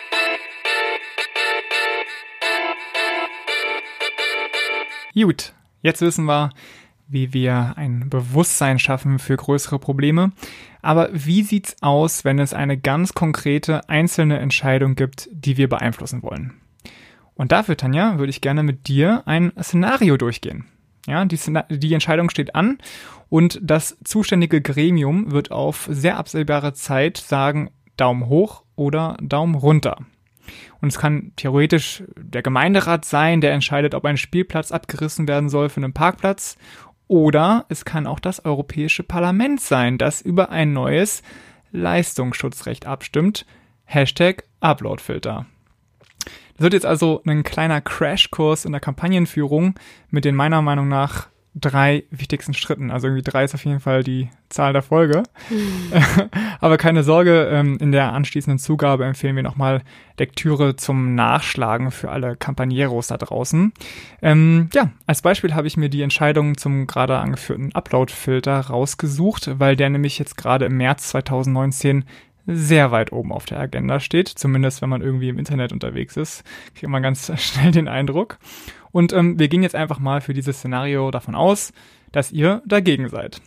Gut, jetzt wissen wir, wie wir ein Bewusstsein schaffen für größere Probleme. Aber wie sieht's aus, wenn es eine ganz konkrete einzelne Entscheidung gibt, die wir beeinflussen wollen? Und dafür, Tanja, würde ich gerne mit dir ein Szenario durchgehen. Ja, die, die Entscheidung steht an und das zuständige Gremium wird auf sehr absehbare Zeit sagen, Daumen hoch oder Daumen runter. Und es kann theoretisch der Gemeinderat sein, der entscheidet, ob ein Spielplatz abgerissen werden soll für einen Parkplatz. Oder es kann auch das Europäische Parlament sein, das über ein neues Leistungsschutzrecht abstimmt. Hashtag Uploadfilter. Das wird jetzt also ein kleiner Crashkurs in der Kampagnenführung mit den meiner Meinung nach drei wichtigsten Schritten. Also irgendwie drei ist auf jeden Fall die Zahl der Folge. Mhm. Aber keine Sorge, in der anschließenden Zugabe empfehlen wir nochmal Lektüre zum Nachschlagen für alle Campanieros da draußen. Ähm, ja, als Beispiel habe ich mir die Entscheidung zum gerade angeführten Upload-Filter rausgesucht, weil der nämlich jetzt gerade im März zwanzig neunzehn sehr weit oben auf der Agenda steht. Zumindest, wenn man irgendwie im Internet unterwegs ist, kriegt man ganz schnell den Eindruck. Und ähm, wir gehen jetzt einfach mal für dieses Szenario davon aus, dass ihr dagegen seid.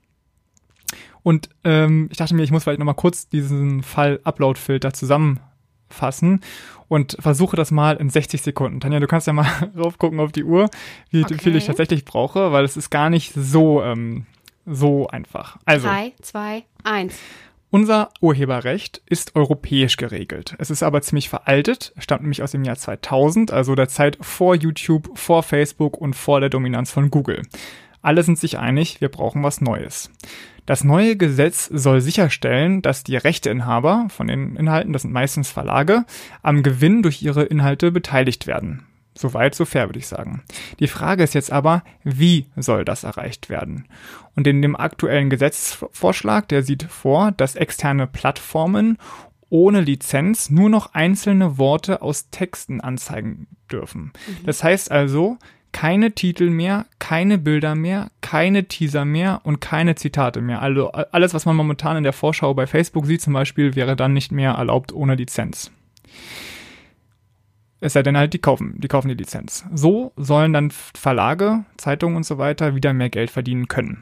Und ähm, ich dachte mir, ich muss vielleicht nochmal kurz diesen Fall Upload-Filter zusammenfassen und versuche das mal in sechzig Sekunden. Tanja, du kannst ja mal rauf gucken auf die Uhr, wie okay. viel ich tatsächlich brauche, weil es ist gar nicht so, ähm, so einfach. Also, drei, zwei, eins. Unser Urheberrecht ist europäisch geregelt. Es ist aber ziemlich veraltet, stammt nämlich aus dem Jahr zweitausend, also der Zeit vor YouTube, vor Facebook und vor der Dominanz von Google. Alle sind sich einig, wir brauchen was Neues. Das neue Gesetz soll sicherstellen, dass die Rechteinhaber von den Inhalten, das sind meistens Verlage, am Gewinn durch ihre Inhalte beteiligt werden. Soweit, so fair, würde ich sagen. Die Frage ist jetzt aber, wie soll das erreicht werden? Und in dem aktuellen Gesetzesvorschlag, der sieht vor, dass externe Plattformen ohne Lizenz nur noch einzelne Worte aus Texten anzeigen dürfen. Mhm. Das heißt also, keine Titel mehr, keine Bilder mehr, keine Teaser mehr und keine Zitate mehr. Also alles, was man momentan in der Vorschau bei Facebook sieht zum Beispiel, wäre dann nicht mehr erlaubt ohne Lizenz. Es sei denn halt, die kaufen, die kaufen die Lizenz. So sollen dann Verlage, Zeitungen und so weiter wieder mehr Geld verdienen können.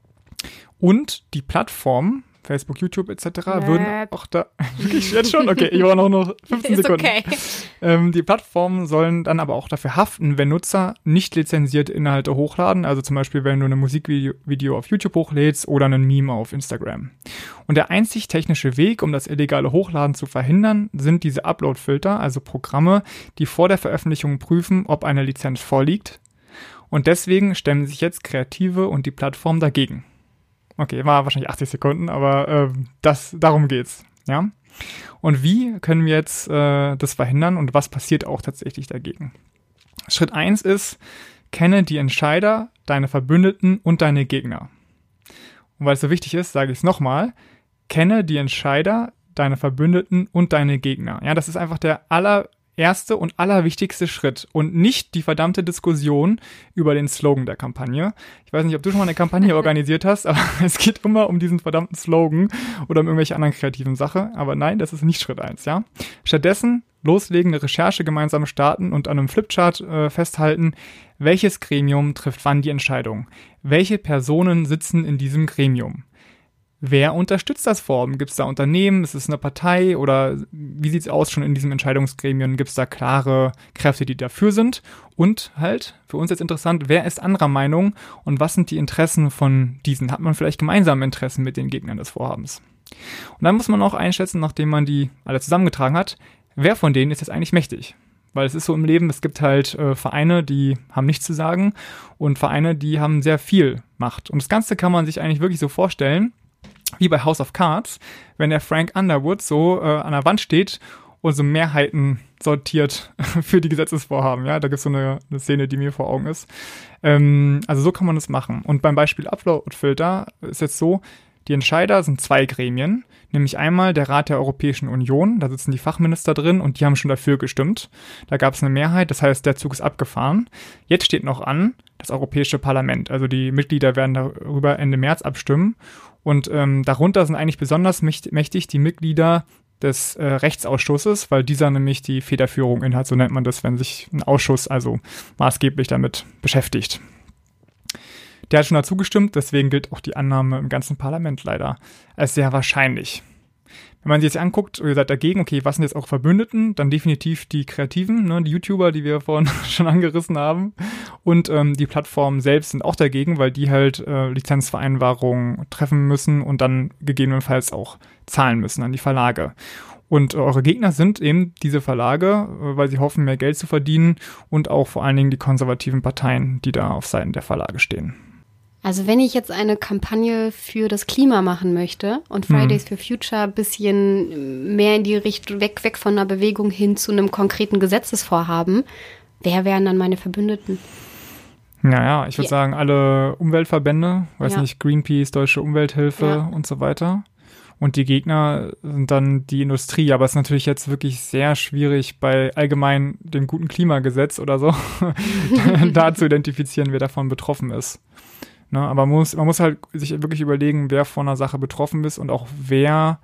Und die Plattformen, Facebook, YouTube et cetera, Nö. würden auch da, wirklich jetzt schon? Okay, ich brauche noch, noch fünfzehn Sekunden. Okay. Ähm, die Plattformen sollen dann aber auch dafür haften, wenn Nutzer nicht lizenzierte Inhalte hochladen, also zum Beispiel, wenn du ein Musikvideo Video auf YouTube hochlädst oder ein Meme auf Instagram. Und der einzig technische Weg, um das illegale Hochladen zu verhindern, sind diese Upload-Filter, also Programme, die vor der Veröffentlichung prüfen, ob eine Lizenz vorliegt. Und deswegen stemmen sich jetzt Kreative und die Plattform dagegen. Okay, war wahrscheinlich achtzig Sekunden, aber äh, das, darum geht's, ja. Und wie können wir jetzt äh, das verhindern und was passiert auch tatsächlich dagegen? Schritt eins ist, kenne die Entscheider, deine Verbündeten und deine Gegner. Und weil es so wichtig ist, sage ich es nochmal, kenne die Entscheider, deine Verbündeten und deine Gegner. Ja, das ist einfach der aller erste und allerwichtigste Schritt und nicht die verdammte Diskussion über den Slogan der Kampagne. Ich weiß nicht, ob du schon mal eine Kampagne organisiert hast, aber es geht immer um diesen verdammten Slogan oder um irgendwelche anderen kreativen Sachen. Aber nein, das ist nicht Schritt eins, ja. Stattdessen loslegen, eine Recherche gemeinsam starten und an einem Flipchart äh, festhalten, welches Gremium trifft wann die Entscheidung. Welche Personen sitzen in diesem Gremium? Wer unterstützt das Vorhaben? Gibt es da Unternehmen? Ist es eine Partei? Oder wie sieht es aus schon in diesem Entscheidungsgremium? Gibt es da klare Kräfte, die dafür sind? Und halt, für uns jetzt interessant, wer ist anderer Meinung? Und was sind die Interessen von diesen? Hat man vielleicht gemeinsame Interessen mit den Gegnern des Vorhabens? Und dann muss man auch einschätzen, nachdem man die alle zusammengetragen hat, wer von denen ist jetzt eigentlich mächtig? Weil es ist so im Leben, es gibt halt äh, Vereine, die haben nichts zu sagen und Vereine, die haben sehr viel Macht. Und das Ganze kann man sich eigentlich wirklich so vorstellen, wie bei House of Cards, wenn der Frank Underwood so äh, an der Wand steht und so Mehrheiten sortiert für die Gesetzesvorhaben. Ja, da gibt es so eine, eine Szene, die mir vor Augen ist. Ähm, also so kann man das machen. Und beim Beispiel Upload-Filter ist jetzt so, Die Entscheider sind zwei Gremien, nämlich einmal der Rat der Europäischen Union, da sitzen die Fachminister drin und die haben schon dafür gestimmt. Da gab es eine Mehrheit, das heißt, der Zug ist abgefahren. Jetzt steht noch an, das Europäische Parlament, also die Mitglieder werden darüber Ende März abstimmen und ähm, darunter sind eigentlich besonders mächtig die Mitglieder des äh, Rechtsausschusses, weil dieser nämlich die Federführung innehat, so nennt man das, wenn sich ein Ausschuss also maßgeblich damit beschäftigt. Der hat schon dazu gestimmt, deswegen gilt auch die Annahme im ganzen Parlament leider als sehr wahrscheinlich. Wenn man sich jetzt anguckt, ihr seid dagegen, okay, was sind jetzt auch Verbündeten, dann definitiv die Kreativen, ne, die YouTuber, die wir vorhin schon angerissen haben und ähm, die Plattformen selbst sind auch dagegen, weil die halt äh, Lizenzvereinbarungen treffen müssen und dann gegebenenfalls auch zahlen müssen an die Verlage. Und äh, eure Gegner sind eben diese Verlage, äh, weil sie hoffen, mehr Geld zu verdienen und auch vor allen Dingen die konservativen Parteien, die da auf Seiten der Verlage stehen. Also wenn ich jetzt eine Kampagne für das Klima machen möchte und Fridays for Future ein bisschen mehr in die Richtung, weg, weg von einer Bewegung hin zu einem konkreten Gesetzesvorhaben, wer wären dann meine Verbündeten? Naja, ich würde ja. sagen, alle Umweltverbände, weiß ja. nicht, Greenpeace, Deutsche Umwelthilfe ja. und so weiter. Und die Gegner sind dann die Industrie. Aber es ist natürlich jetzt wirklich sehr schwierig, bei allgemein dem guten Klimagesetz oder so, da zu identifizieren, wer davon betroffen ist. Ne, aber man muss, man muss halt sich wirklich überlegen, wer von einer Sache betroffen ist und auch wer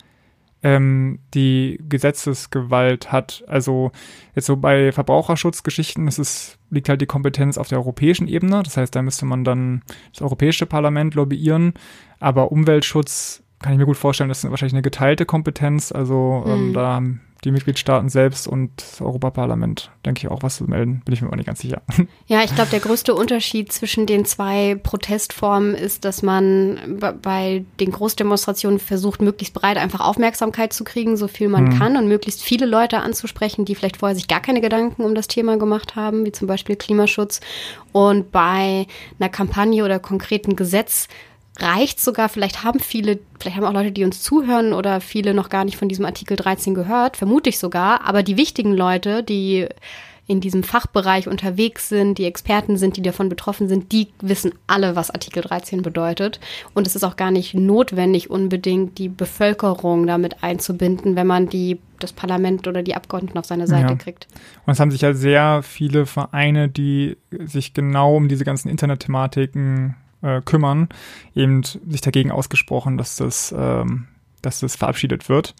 ähm, die Gesetzesgewalt hat. Also jetzt so bei Verbraucherschutzgeschichten ist es, liegt halt die Kompetenz auf der europäischen Ebene. Das heißt, da müsste man dann das Europäische Parlament lobbyieren. Aber Umweltschutz kann ich mir gut vorstellen, das ist wahrscheinlich eine geteilte Kompetenz. Also ähm, hm. da haben die Mitgliedstaaten selbst und das Europaparlament, denke ich, auch was zu melden. Bin ich mir auch nicht ganz sicher. Ja, ich glaube, der größte Unterschied zwischen den zwei Protestformen ist, dass man bei den Großdemonstrationen versucht, möglichst breit einfach Aufmerksamkeit zu kriegen, so viel man hm. kann und möglichst viele Leute anzusprechen, die vielleicht vorher sich gar keine Gedanken um das Thema gemacht haben, wie zum Beispiel Klimaschutz. Und bei einer Kampagne oder konkreten Gesetz reicht sogar, vielleicht haben viele, vielleicht haben auch Leute, die uns zuhören oder viele noch gar nicht von diesem Artikel dreizehn gehört, vermute ich sogar, aber die wichtigen Leute, die in diesem Fachbereich unterwegs sind, die Experten sind, die davon betroffen sind, die wissen alle, was Artikel dreizehn bedeutet und es ist auch gar nicht notwendig, unbedingt die Bevölkerung damit einzubinden, wenn man die das Parlament oder die Abgeordneten auf seine Seite ja. kriegt. Und es haben sich ja sehr viele Vereine, die sich genau um diese ganzen Internetthematiken kümmern, eben sich dagegen ausgesprochen, dass das, ähm, dass das verabschiedet wird.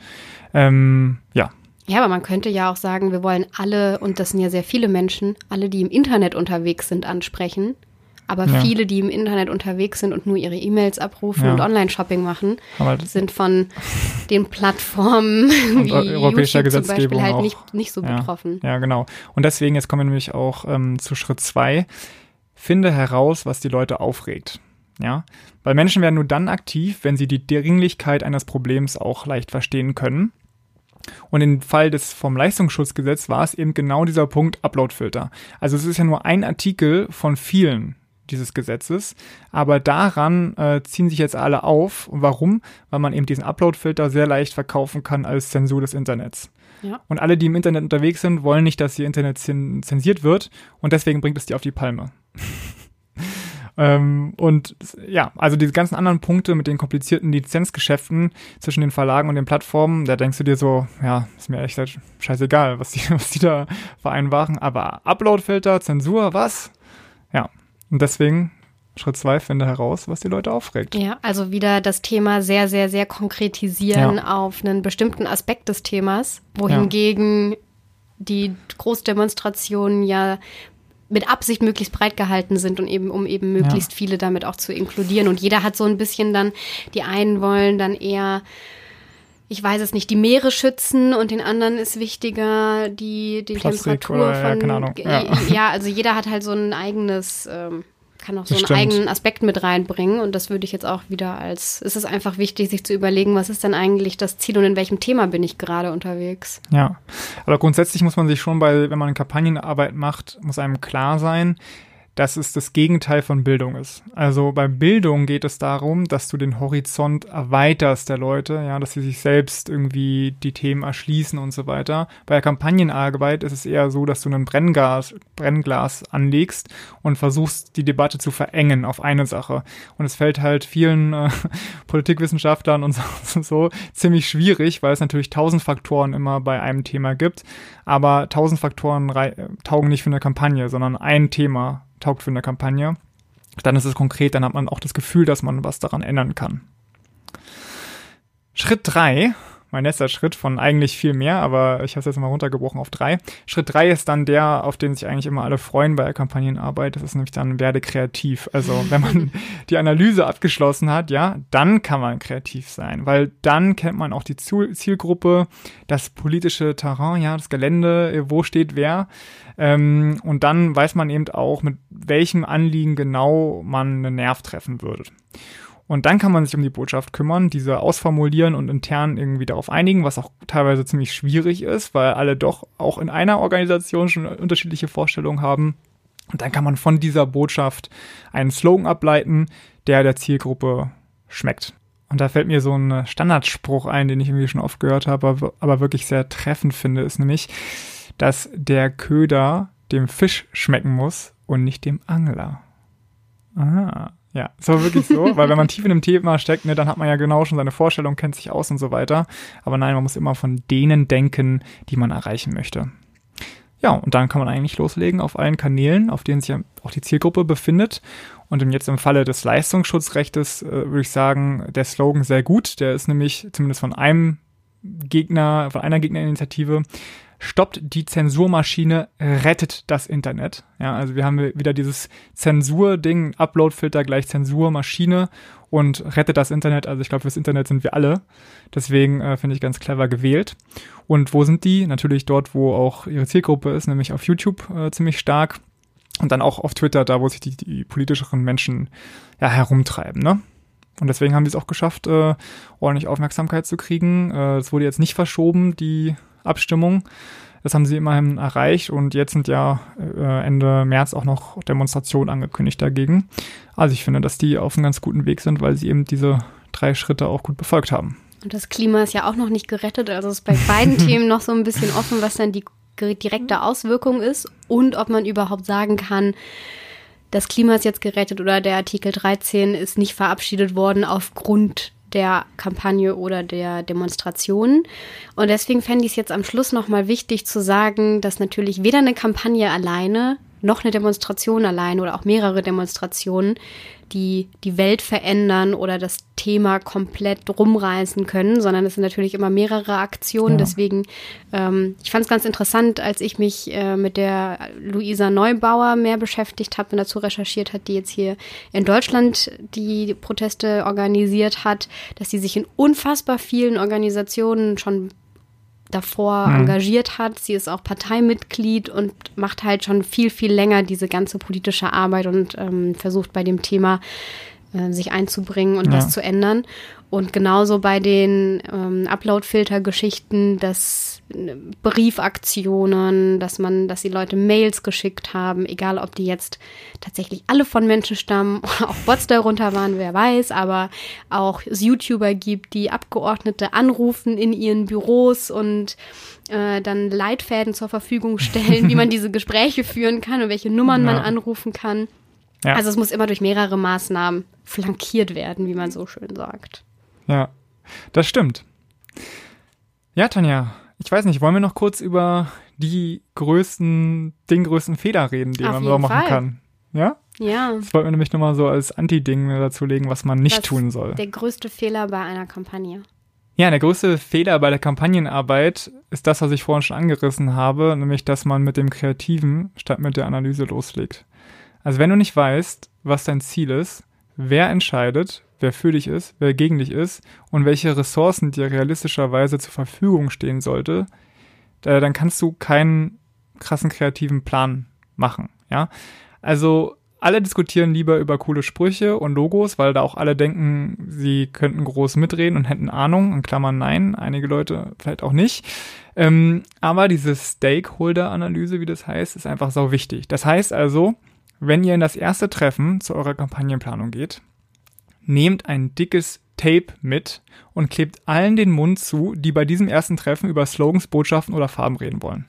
Ähm, ja. Ja, aber man könnte ja auch sagen, wir wollen alle, und das sind ja sehr viele Menschen, alle, die im Internet unterwegs sind, ansprechen. Aber ja. viele, die im Internet unterwegs sind und nur ihre E-Mails abrufen ja. und Online-Shopping machen, sind von den Plattformen wie europäischer YouTube zum Beispiel halt auch. nicht, nicht so ja. betroffen. Ja, genau. Und deswegen, jetzt kommen wir nämlich auch ähm, zu Schritt zwei. Finde heraus, was die Leute aufregt. Ja? Weil Menschen werden nur dann aktiv, wenn sie die Dringlichkeit eines Problems auch leicht verstehen können. Und im Fall des vom Leistungsschutzgesetz war es eben genau dieser Punkt Uploadfilter. Also es ist ja nur ein Artikel von vielen dieses Gesetzes, aber daran äh, ziehen sich jetzt alle auf. Und warum? Weil man eben diesen Uploadfilter sehr leicht verkaufen kann als Zensur des Internets. Ja. Und alle, die im Internet unterwegs sind, wollen nicht, dass ihr Internet zensiert wird und deswegen bringt es die auf die Palme. ähm, und ja, also diese ganzen anderen Punkte mit den komplizierten Lizenzgeschäften zwischen den Verlagen und den Plattformen, da denkst du dir so, ja, ist mir echt scheißegal, was die, was die da vereinbaren, aber Uploadfilter, Zensur, was? Ja, und deswegen Schritt zwei, finde heraus, was die Leute aufregt. Ja, also wieder das Thema sehr, sehr, sehr konkretisieren ja. auf einen bestimmten Aspekt des Themas, wohingegen ja. die Großdemonstrationen ja mit Absicht möglichst breit gehalten sind und eben, um eben möglichst ja. viele damit auch zu inkludieren. Und jeder hat so ein bisschen dann, die einen wollen dann eher, ich weiß es nicht, die Meere schützen und den anderen ist wichtiger die, die Plastik Temperatur oder, von, ja, keine Ahnung. Ja. ja, also jeder hat halt so ein eigenes, ähm, kann auch so das einen stimmt. eigenen Aspekt mit reinbringen und das würde ich jetzt auch wieder als, es ist einfach wichtig, sich zu überlegen, was ist denn eigentlich das Ziel und in welchem Thema bin ich gerade unterwegs. Ja, aber grundsätzlich muss man sich schon bei, wenn man eine Kampagnenarbeit macht, muss einem klar sein, dass es das Gegenteil von Bildung ist. Also bei Bildung geht es darum, dass du den Horizont erweiterst der Leute, ja, dass sie sich selbst irgendwie die Themen erschließen und so weiter. Bei der Kampagnenarbeit ist es eher so, dass du ein Brennglas, Brennglas anlegst und versuchst, die Debatte zu verengen auf eine Sache. Und es fällt halt vielen äh, Politikwissenschaftlern und so, so ziemlich schwierig, weil es natürlich tausend Faktoren immer bei einem Thema gibt. Aber tausend Faktoren rei- taugen nicht für eine Kampagne, sondern ein Thema taugt für eine Kampagne. Dann ist es konkret, dann hat man auch das Gefühl, dass man was daran ändern kann. Schritt drei, mein letzter Schritt von eigentlich viel mehr, aber ich habe es jetzt mal runtergebrochen auf drei. Schritt drei ist dann der, auf den sich eigentlich immer alle freuen bei der Kampagnenarbeit. Das ist nämlich dann werde kreativ. Also wenn man die Analyse abgeschlossen hat, ja, dann kann man kreativ sein, weil dann kennt man auch die Zielgruppe, das politische Terrain, ja, das Gelände, wo steht wer. Ähm, und dann weiß man eben auch, mit welchem Anliegen genau man einen Nerv treffen würde. Und dann kann man sich um die Botschaft kümmern, diese ausformulieren und intern irgendwie darauf einigen, was auch teilweise ziemlich schwierig ist, weil alle doch auch in einer Organisation schon unterschiedliche Vorstellungen haben. Und dann kann man von dieser Botschaft einen Slogan ableiten, der der Zielgruppe schmeckt. Und da fällt mir so ein Standardspruch ein, den ich irgendwie schon oft gehört habe, aber wirklich sehr treffend finde, ist nämlich, dass der Köder dem Fisch schmecken muss und nicht dem Angler. Ah. Ja, ist aber wirklich so, weil wenn man tief in dem Thema steckt, ne, dann hat man ja genau schon seine Vorstellung, kennt sich aus und so weiter. Aber nein, man muss immer von denen denken, die man erreichen möchte. Ja, und dann kann man eigentlich loslegen auf allen Kanälen, auf denen sich auch die Zielgruppe befindet. Und jetzt im Falle des Leistungsschutzrechtes äh, würde ich sagen, der Slogan sehr gut. Der ist nämlich zumindest von einem Gegner, von einer Gegnerinitiative: Stoppt die Zensurmaschine, rettet das Internet. Ja, also wir haben wieder dieses Zensurding, Uploadfilter gleich Zensurmaschine und rettet das Internet. Also ich glaube, fürs Internet sind wir alle. Deswegen äh, finde ich ganz clever gewählt. Und wo sind die? Natürlich dort, wo auch ihre Zielgruppe ist, nämlich auf YouTube äh, ziemlich stark. Und dann auch auf Twitter, da wo sich die, die politischeren Menschen ja herumtreiben, ne? Und deswegen haben wir es auch geschafft, äh, ordentlich Aufmerksamkeit zu kriegen. Es äh, wurde jetzt nicht verschoben, die Abstimmung. Das haben sie immerhin erreicht und jetzt sind ja äh, Ende März auch noch Demonstrationen angekündigt dagegen. Also ich finde, dass die auf einem ganz guten Weg sind, weil sie eben diese drei Schritte auch gut befolgt haben. Und das Klima ist ja auch noch nicht gerettet, also ist bei beiden Themen noch so ein bisschen offen, was dann die direkte Auswirkung ist und ob man überhaupt sagen kann, das Klima ist jetzt gerettet oder der Artikel dreizehn ist nicht verabschiedet worden aufgrund der Kampagne oder der Demonstration. Und deswegen fände ich es jetzt am Schluss nochmal wichtig zu sagen, dass natürlich weder eine Kampagne alleine noch eine Demonstration alleine oder auch mehrere Demonstrationen, die die Welt verändern oder das Thema komplett rumreißen können, sondern es sind natürlich immer mehrere Aktionen. Ja. Deswegen, ähm, ich fand es ganz interessant, als ich mich äh, mit der Luisa Neubauer mehr beschäftigt habe und dazu recherchiert hat, die jetzt hier in Deutschland die Proteste organisiert hat, dass sie sich in unfassbar vielen Organisationen schon davor mhm. engagiert hat. Sie ist auch Parteimitglied und macht halt schon viel, viel länger diese ganze politische Arbeit und ähm, versucht bei dem Thema äh, sich einzubringen und ja. was zu ändern. Und genauso bei den ähm, Upload-Filter-Geschichten, dass äh, Briefaktionen, dass man, dass die Leute Mails geschickt haben, egal ob die jetzt tatsächlich alle von Menschen stammen oder auch Bots darunter waren, wer weiß, aber auch es YouTuber gibt, die Abgeordnete anrufen in ihren Büros und äh, dann Leitfäden zur Verfügung stellen, wie man diese Gespräche führen kann und welche Nummern ja. man anrufen kann. Ja. Also es muss immer durch mehrere Maßnahmen flankiert werden, wie man so schön sagt. Ja, das stimmt. Ja, Tanja, ich weiß nicht, wollen wir noch kurz über die größten, den größten Fehler reden, den Auf man jeden so machen Fall. kann? Ja? Ja. Das wollten wir nämlich nochmal so als Anti-Ding dazu legen, was man nicht was tun soll. Der größte Fehler bei einer Kampagne. Ja, der größte Fehler bei der Kampagnenarbeit ist das, was ich vorhin schon angerissen habe, nämlich, dass man mit dem Kreativen statt mit der Analyse loslegt. Also wenn du nicht weißt, was dein Ziel ist, wer entscheidet, wer für dich ist, wer gegen dich ist und welche Ressourcen dir realistischerweise zur Verfügung stehen sollte, dann kannst du keinen krassen kreativen Plan machen. Ja, also alle diskutieren lieber über coole Sprüche und Logos, weil da auch alle denken, sie könnten groß mitreden und hätten Ahnung. In Klammern nein, einige Leute vielleicht auch nicht. Ähm, aber diese Stakeholder-Analyse, wie das heißt, ist einfach sau wichtig. Das heißt also, wenn ihr in das erste Treffen zu eurer Kampagnenplanung geht, nehmt ein dickes Tape mit und klebt allen den Mund zu, die bei diesem ersten Treffen über Slogans, Botschaften oder Farben reden wollen.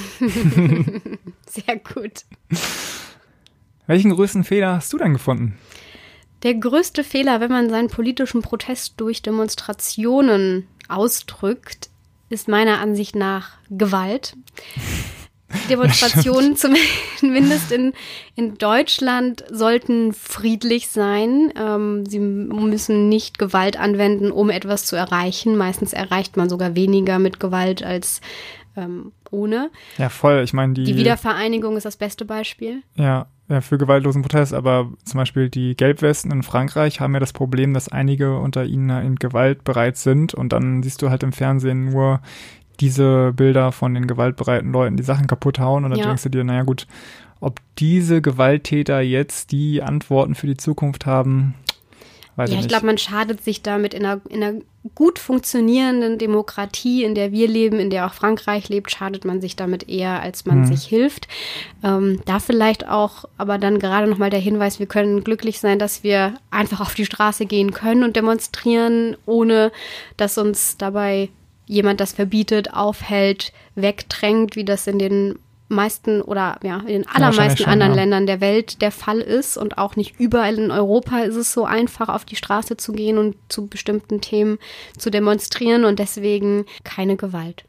Sehr gut. Welchen größten Fehler hast du denn gefunden? Der größte Fehler, wenn man seinen politischen Protest durch Demonstrationen ausdrückt, ist meiner Ansicht nach Gewalt. Demonstrationen zumindest in, in Deutschland sollten friedlich sein. Ähm, sie müssen nicht Gewalt anwenden, um etwas zu erreichen. Meistens erreicht man sogar weniger mit Gewalt als ähm, ohne. Ja, voll. Ich meine, die... Die Wiedervereinigung ist das beste Beispiel. Ja, ja, für gewaltlosen Protest. Aber zum Beispiel die Gelbwesten in Frankreich haben ja das Problem, dass einige unter ihnen in Gewalt bereit sind. Und dann siehst du halt im Fernsehen nur diese Bilder von den gewaltbereiten Leuten, die Sachen kaputt hauen. Und dann Ja. denkst du dir, naja gut, ob diese Gewalttäter jetzt die Antworten für die Zukunft haben, weiß Ja, ich ich nicht. glaube, man schadet sich damit in einer, in einer gut funktionierenden Demokratie, in der wir leben, in der auch Frankreich lebt, schadet man sich damit eher, als man Mhm. sich hilft. Ähm, da vielleicht auch, aber dann gerade nochmal der Hinweis, wir können glücklich sein, dass wir einfach auf die Straße gehen können und demonstrieren, ohne dass uns dabei jemand das verbietet, aufhält, wegdrängt, wie das in den meisten oder ja, in den allermeisten wahrscheinlich schon, anderen ja. Ländern der Welt der Fall ist und auch nicht überall in Europa ist es so einfach, auf die Straße zu gehen und zu bestimmten Themen zu demonstrieren und deswegen keine Gewalt.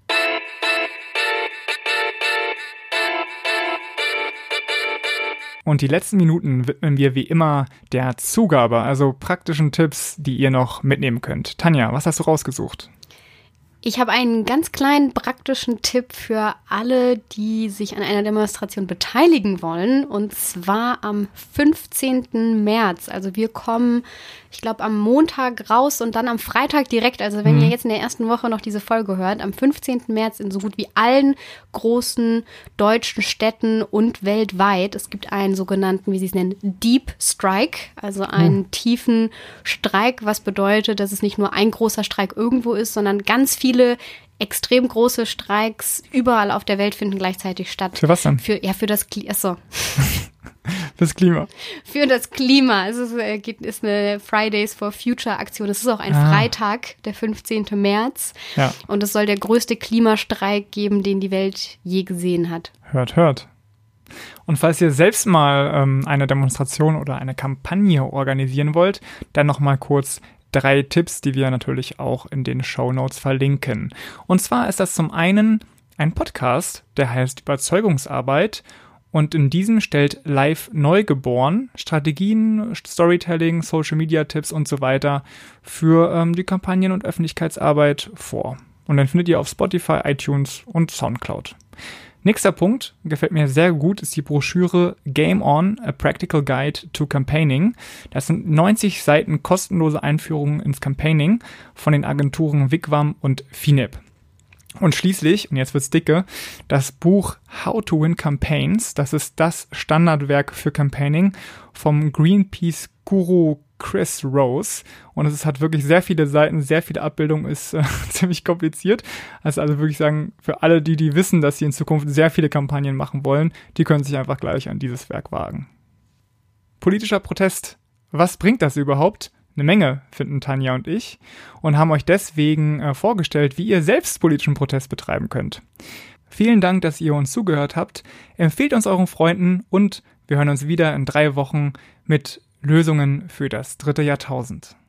Und die letzten Minuten widmen wir wie immer der Zugabe, also praktischen Tipps, die ihr noch mitnehmen könnt. Tanja, was hast du rausgesucht? Ich habe einen ganz kleinen praktischen Tipp für alle, die sich an einer Demonstration beteiligen wollen. Und zwar am fünfzehnten März. Also wir kommen, ich glaube, am Montag raus und dann am Freitag direkt. Also wenn Mhm. ihr jetzt in der ersten Woche noch diese Folge hört, am fünfzehnten März in so gut wie allen großen deutschen Städten und weltweit. Es gibt einen sogenannten, wie sie es nennen, Deep Strike. Also einen Mhm. tiefen Streik, was bedeutet, dass es nicht nur ein großer Streik irgendwo ist, sondern ganz viele extrem große Streiks überall auf der Welt finden gleichzeitig statt. Für was denn? Für, ja, für das Klima. Achso. Fürs Klima. Für das Klima. Es ist, äh, geht- ist eine Fridays for Future Aktion. Es ist auch ein Ah. Freitag, der fünfzehnten März. Ja, Und es soll der größte Klimastreik geben, den die Welt je gesehen hat. hört, hört. Und falls ihr selbst mal ähm, eine Demonstration oder eine Kampagne organisieren wollt, dann nochmal kurz drei Tipps, die wir natürlich auch in den Shownotes verlinken. Und zwar ist das zum einen ein Podcast, der heißt Überzeugungsarbeit. Und in diesem stellt Live Neugeboren Strategien, Storytelling, Social-Media-Tipps und so weiter für ähm, die Kampagnen- und Öffentlichkeitsarbeit vor. Und dann findet ihr auf Spotify, iTunes und Soundcloud. Nächster Punkt, gefällt mir sehr gut, ist die Broschüre Game On, A Practical Guide to Campaigning. Das sind neunzig Seiten kostenlose Einführungen ins Campaigning von den Agenturen Wigwam und Finip. Und schließlich, und jetzt wird's dicke, das Buch How to Win Campaigns. Das ist das Standardwerk für Campaigning vom Greenpeace-Guru Chris Rose. Und es hat wirklich sehr viele Seiten, sehr viele Abbildungen, ist äh, ziemlich kompliziert. Also, also wirklich sagen, für alle, die, die wissen, dass sie in Zukunft sehr viele Kampagnen machen wollen, die können sich einfach gleich an dieses Werk wagen. Politischer Protest. Was bringt das überhaupt? Eine Menge, finden Tanja und ich, und haben euch deswegen äh, vorgestellt, wie ihr selbst politischen Protest betreiben könnt. Vielen Dank, dass ihr uns zugehört habt. Empfehlt uns euren Freunden und wir hören uns wieder in drei Wochen mit Lösungen für das dritte Jahrtausend.